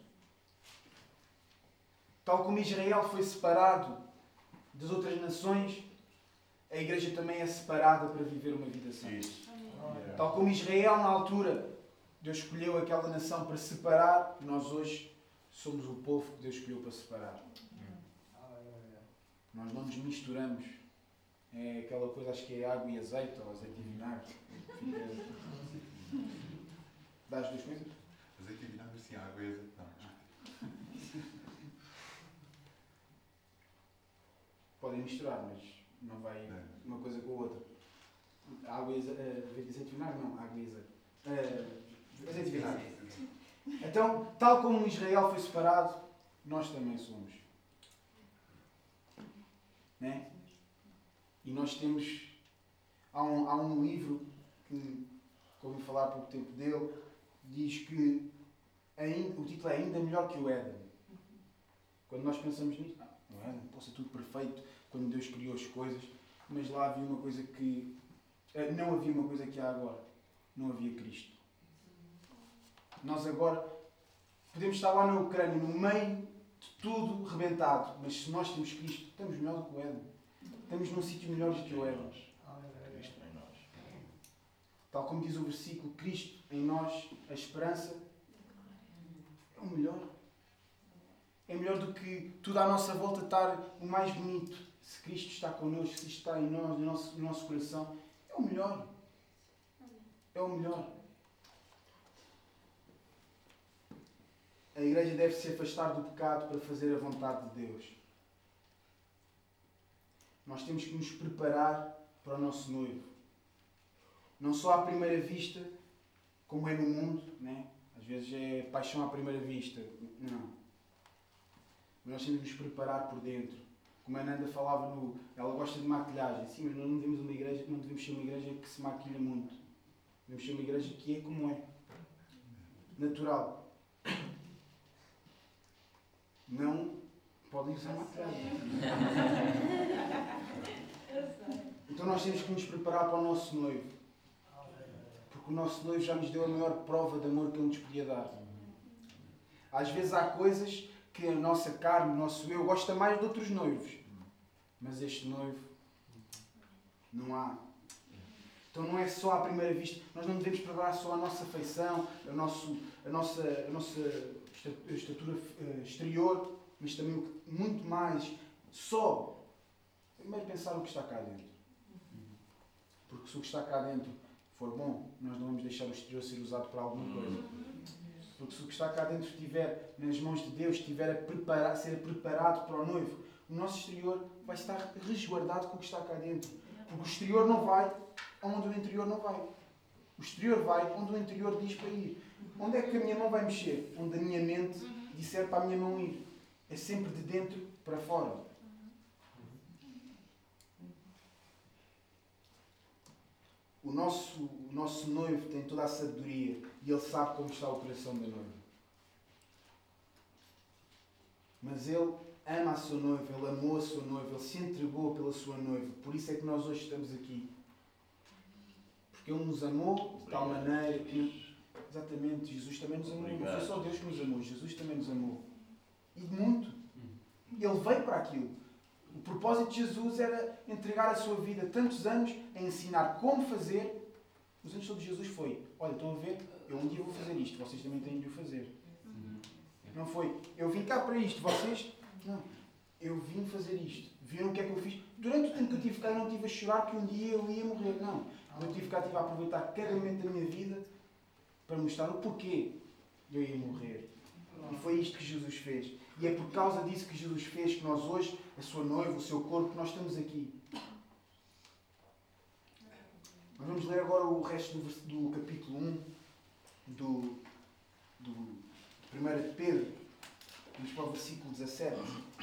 Speaker 1: Tal como Israel foi separado das outras nações, a Igreja também é separada para viver uma vida santa.
Speaker 2: Isso.
Speaker 1: Tal como Israel, na altura, Deus escolheu aquela nação para separar, nós hoje somos o povo que Deus escolheu para separar. Nós não nos misturamos. É aquela coisa, acho que é água e azeite, ou azeite e vinagre. Dá as duas coisas?
Speaker 3: Azeite e vinagre, sim, água e azeite. Não.
Speaker 1: Podem misturar, mas não vai uma coisa com a outra. Água e azeite e vinagre? Não, água e azeite. Azeite e vinagre. Então, tal como Israel foi separado, nós também somos. Né? E nós temos... Há um livro que ouvi falar há pouco tempo dele, diz que o título é Ainda Melhor que o Éden. Quando nós pensamos nisso, o Éden pode ser tudo perfeito, quando Deus criou as coisas, mas lá havia uma coisa que... Não havia uma coisa que há agora. Não havia Cristo. Nós agora podemos estar lá na Ucrânia, no meio de tudo rebentado, mas se nós temos Cristo, estamos melhor do que o Éden. Estamos num sítio melhor do que o Éden.
Speaker 2: Cristo em nós.
Speaker 1: Tal como diz o versículo, Cristo em nós, a esperança, é o melhor. é melhor do que tudo à nossa volta estar o mais bonito. Se Cristo está connosco, se Cristo está em nós, no nosso coração, é o melhor. É o melhor. A igreja deve se afastar do pecado para fazer a vontade de Deus. Nós temos que nos preparar para o nosso noivo. Não só à primeira vista, como é no mundo, né? Às vezes é paixão à primeira vista. Não. Mas nós temos que nos preparar por dentro. Como a Nanda falava, ela gosta de maquilhagem. Sim, mas não devemos ser uma igreja que se maquilha muito. Devemos ser uma igreja que é como é. Natural. Não podem usar maquilhagem. Então nós temos que nos preparar para o nosso noivo. Porque o nosso noivo já nos deu a maior prova de amor que ele nos podia dar. Às vezes há coisas que a nossa carne, o nosso eu, gosta mais de outros noivos. Mas este noivo, não há. Então não é só à primeira vista. Nós não devemos preparar só a nossa feição, a nossa estatura exterior, mas também muito mais. Só. Primeiro pensar o que está cá dentro. Porque se o que está cá dentro for bom, nós não vamos deixar o exterior ser usado para alguma coisa. Porque se o que está cá dentro estiver nas mãos de Deus, estiver a ser preparado para o noivo, o nosso exterior vai estar resguardado com o que está cá dentro. Porque o exterior não vai onde o interior não vai. O exterior vai onde o interior diz para ir. Onde é que a minha mão vai mexer? Onde a minha mente disser para a minha mão ir. É sempre de dentro para fora. O nosso noivo tem toda a sabedoria e ele sabe como está o coração da noiva. Mas ele ama a sua noiva, ele amou a sua noiva, ele se entregou pela sua noiva. Por isso é que nós hoje estamos aqui. Porque ele nos amou de tal maneira que... Exatamente, Jesus também nos amou. Não foi só Deus que nos amou, Jesus também nos amou. E muito. Ele veio para aquilo. O propósito de Jesus era entregar a sua vida tantos anos a ensinar como fazer. Os anos todos de Jesus foi: olha, estão a ver? Eu um dia vou fazer isto, vocês também têm de o fazer. Não foi: eu vim cá para isto, vocês... Não. Eu vim fazer isto. Viram o que é que eu fiz? Durante o tempo que eu tive cá, eu não estive a chorar que um dia eu ia morrer. Não. Eu tive cá, estive a aproveitar cada momento da minha vida para mostrar o porquê eu ia morrer. E foi isto que Jesus fez. E é por causa disso que Jesus fez que nós hoje, a sua noiva, o seu corpo, nós estamos aqui. Nós vamos ler agora o resto do capítulo 1 do 1 de Pedro. Vamos para o versículo 17.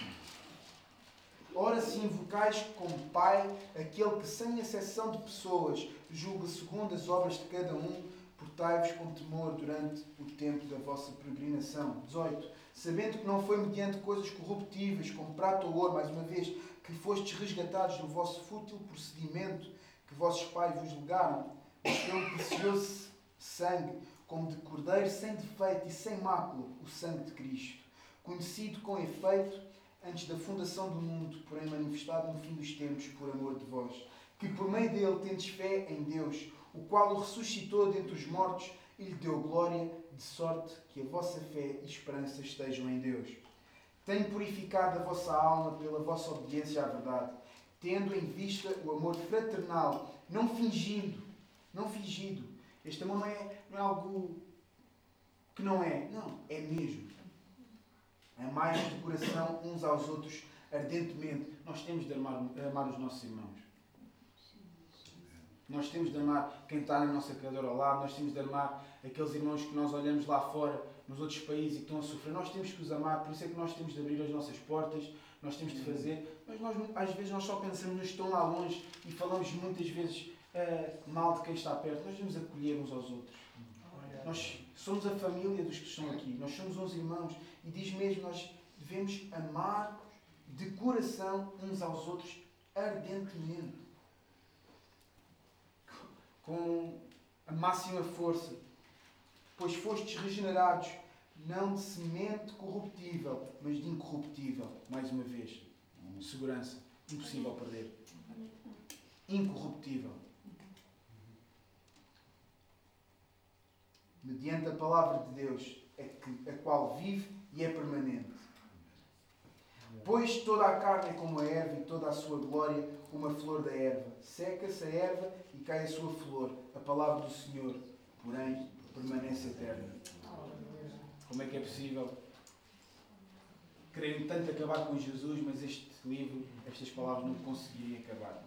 Speaker 1: Ora, se invocais como Pai aquele que, sem exceção de pessoas, julga segundo as obras de cada um, portai-vos com temor durante o tempo da vossa peregrinação. 18. Sabendo que não foi mediante coisas corruptíveis, como prata ou ouro, mais uma vez, que fostes resgatados do vosso fútil procedimento que vossos pais vos legaram, mas pelo precioso sangue, como de cordeiro sem defeito e sem mácula, o sangue de Cristo, conhecido com efeito antes da fundação do mundo, porém manifestado no fim dos tempos por amor de vós, que por meio dele tendes fé em Deus, o qual o ressuscitou dentre os mortos e lhe deu glória, de sorte que a vossa fé e esperança estejam em Deus. Tenho purificado a vossa alma pela vossa obediência à verdade, tendo em vista o amor fraternal, não fingido. Este amor não é algo que não é. Não, é mesmo. Amai-vos de coração uns aos outros ardentemente. Nós temos de amar os nossos irmãos. Nós temos de amar quem está na nossa cadeira ao lado. Nós temos de amar aqueles irmãos que nós olhamos lá fora, nos outros países e que estão a sofrer. Nós temos que os amar. Por isso é que nós temos de abrir as nossas portas. Nós temos de fazer. Mas às vezes nós só pensamos nos que estão lá longe e falamos muitas vezes mal de quem está perto. Nós devemos acolher uns aos outros. Nós somos a família dos que estão aqui. Nós somos uns irmãos. E diz mesmo, nós devemos amar de coração uns aos outros ardentemente. Com a máxima força. Pois fostes regenerados, não de semente corruptível, mas de incorruptível. Mais uma vez. Segurança. Impossível perder. Incorruptível. Mediante a palavra de Deus, a qual vive e é permanente. Pois toda a carne é como a erva e toda a sua glória uma flor da erva. Seca-se a erva e cai a sua flor. A palavra do Senhor, porém, permanece eterna. Como é que é possível quererem tanto acabar com Jesus, mas este livro, estas palavras não conseguiriam acabar?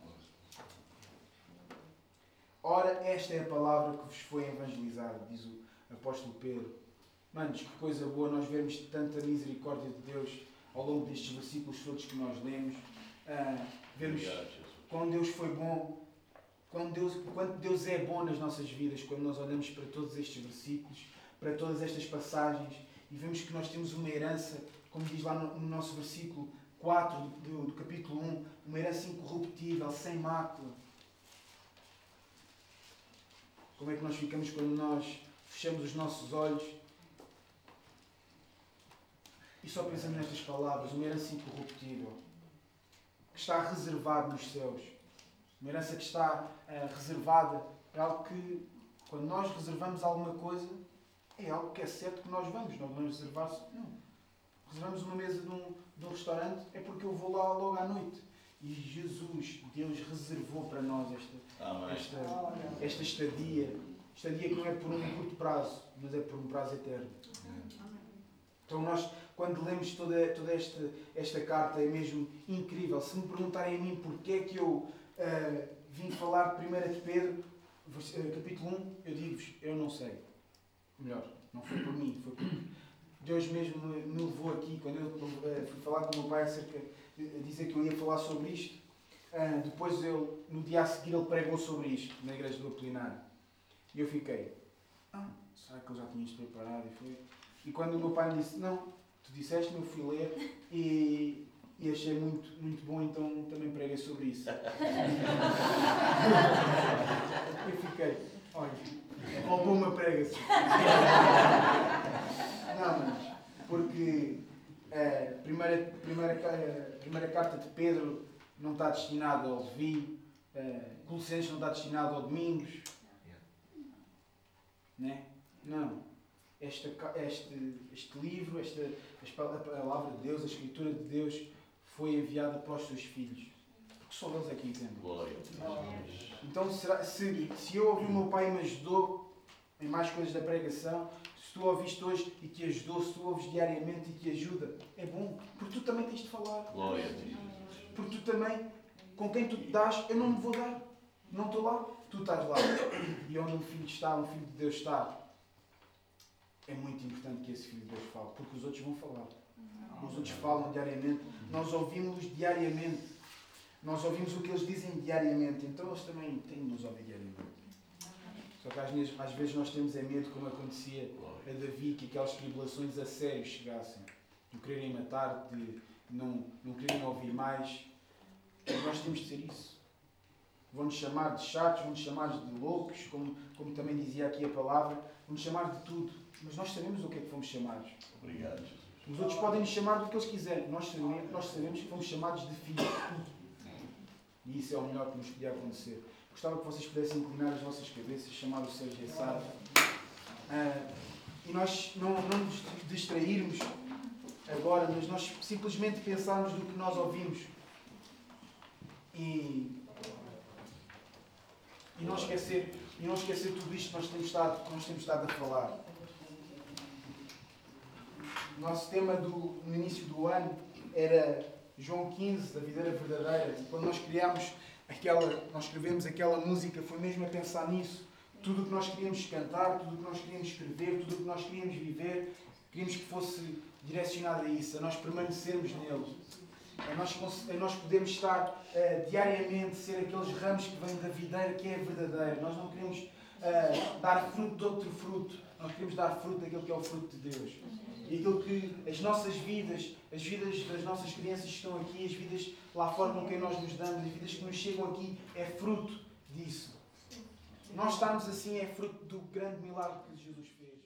Speaker 1: Ora, esta é a palavra que vos foi evangelizada, diz o apóstolo Pedro. Manos, que coisa boa nós vermos tanta misericórdia de Deus ao longo destes versículos todos que nós lemos. Vermos quando Deus foi bom, quanto Deus é bom nas nossas vidas, quando nós olhamos para todos estes versículos, para todas estas passagens, e vemos que nós temos uma herança, como diz lá no nosso versículo 4 do capítulo 1, uma herança incorruptível, sem mácula. Como é que nós ficamos quando nós fechamos os nossos olhos e só pensamos nestas palavras? Uma herança incorruptível, que está reservada nos céus. Uma herança que está reservada. É algo que, quando nós reservamos alguma coisa, é algo que é certo que nós vamos. Não vamos reservar. Não. Reservamos uma mesa de um restaurante, é porque eu vou lá logo à noite. E Jesus, Deus, reservou para nós esta estadia. Estadia que não é por um curto prazo, mas é por um prazo eterno. Então nós, quando lemos toda esta carta, é mesmo incrível. Se me perguntarem a mim porque é que eu vim falar de 1 de Pedro, capítulo 1, eu digo-vos, eu não sei. Melhor, não foi por mim, foi por Deus mesmo me levou aqui. Quando eu fui falar com o meu pai acerca de dizer que eu ia falar sobre isto, depois no dia a seguir ele pregou sobre isto na igreja do Apolinário. E eu fiquei, será que eu já tinha isto preparado? E quando o meu pai me disse, não, tu disseste, eu fui ler e achei muito, muito bom, então também preguei sobre isso. Eu fiquei, olha, roubou uma prega-se. Não, mas porque a primeira carta de Pedro não está destinada ao Levi, Colossenses não está destinado ao Domingos. Né? Não. Este livro, a palavra de Deus, a Escritura de Deus, foi enviada para os seus filhos. Porque só eles é que entendem.
Speaker 2: Glória a Deus.
Speaker 1: Então, se eu ouvi o meu pai e me ajudou em mais coisas da pregação, se tu ouviste hoje e te ajudou, se tu ouves diariamente e te ajuda, é bom. Porque tu também tens de falar.
Speaker 2: Glória a Deus.
Speaker 1: Porque tu também, com quem tu te dás, eu não me vou dar. Não estou lá, tu estás lá. E onde um filho está, um filho de Deus está, é muito importante que esse filho de Deus fale. Porque os outros vão falar. Os outros falam diariamente. Nós ouvimos-los diariamente. Nós ouvimos o que eles dizem diariamente. Então eles também têm de nos ouvir diariamente. Só que às vezes nós temos medo, como acontecia a Davi, que aquelas tribulações a sério chegassem. De quererem matar, de não quererem ouvir mais. Mas nós temos de ser isso. Vão-nos chamar de chatos, vão-nos chamar de loucos, como também dizia aqui a palavra. Vão-nos chamar de tudo. Mas nós sabemos o que é que fomos chamados.
Speaker 2: Obrigado, Jesus.
Speaker 1: Os outros podem nos chamar do que eles quiserem. Nós sabemos que fomos chamados de filhos. E isso é o melhor que nos podia acontecer. Gostava que vocês pudessem inclinar as vossas cabeças, chamar o Sérgio Essado. E nós não nos distrairmos agora, mas nós simplesmente pensarmos no que nós ouvimos. E não esquecer tudo isto que nós temos estado a falar. O nosso tema no início do ano era João 15, da videira verdadeira. E quando nós escrevemos aquela música, foi mesmo a pensar nisso. Tudo o que nós queríamos cantar, tudo o que nós queríamos escrever, tudo o que nós queríamos viver, queríamos que fosse direcionado a isso, a nós permanecermos nele. A nós podemos estar diariamente, ser aqueles ramos que vêm da videira que é verdadeira. Nós não queremos dar fruto de outro fruto, nós queremos dar fruto daquilo que é o fruto de Deus. E aquilo que as nossas vidas, as vidas das nossas crianças que estão aqui, as vidas lá fora com quem nós nos damos, as vidas que nos chegam aqui, é fruto disso. Nós estarmos assim é fruto do grande milagre que Jesus fez.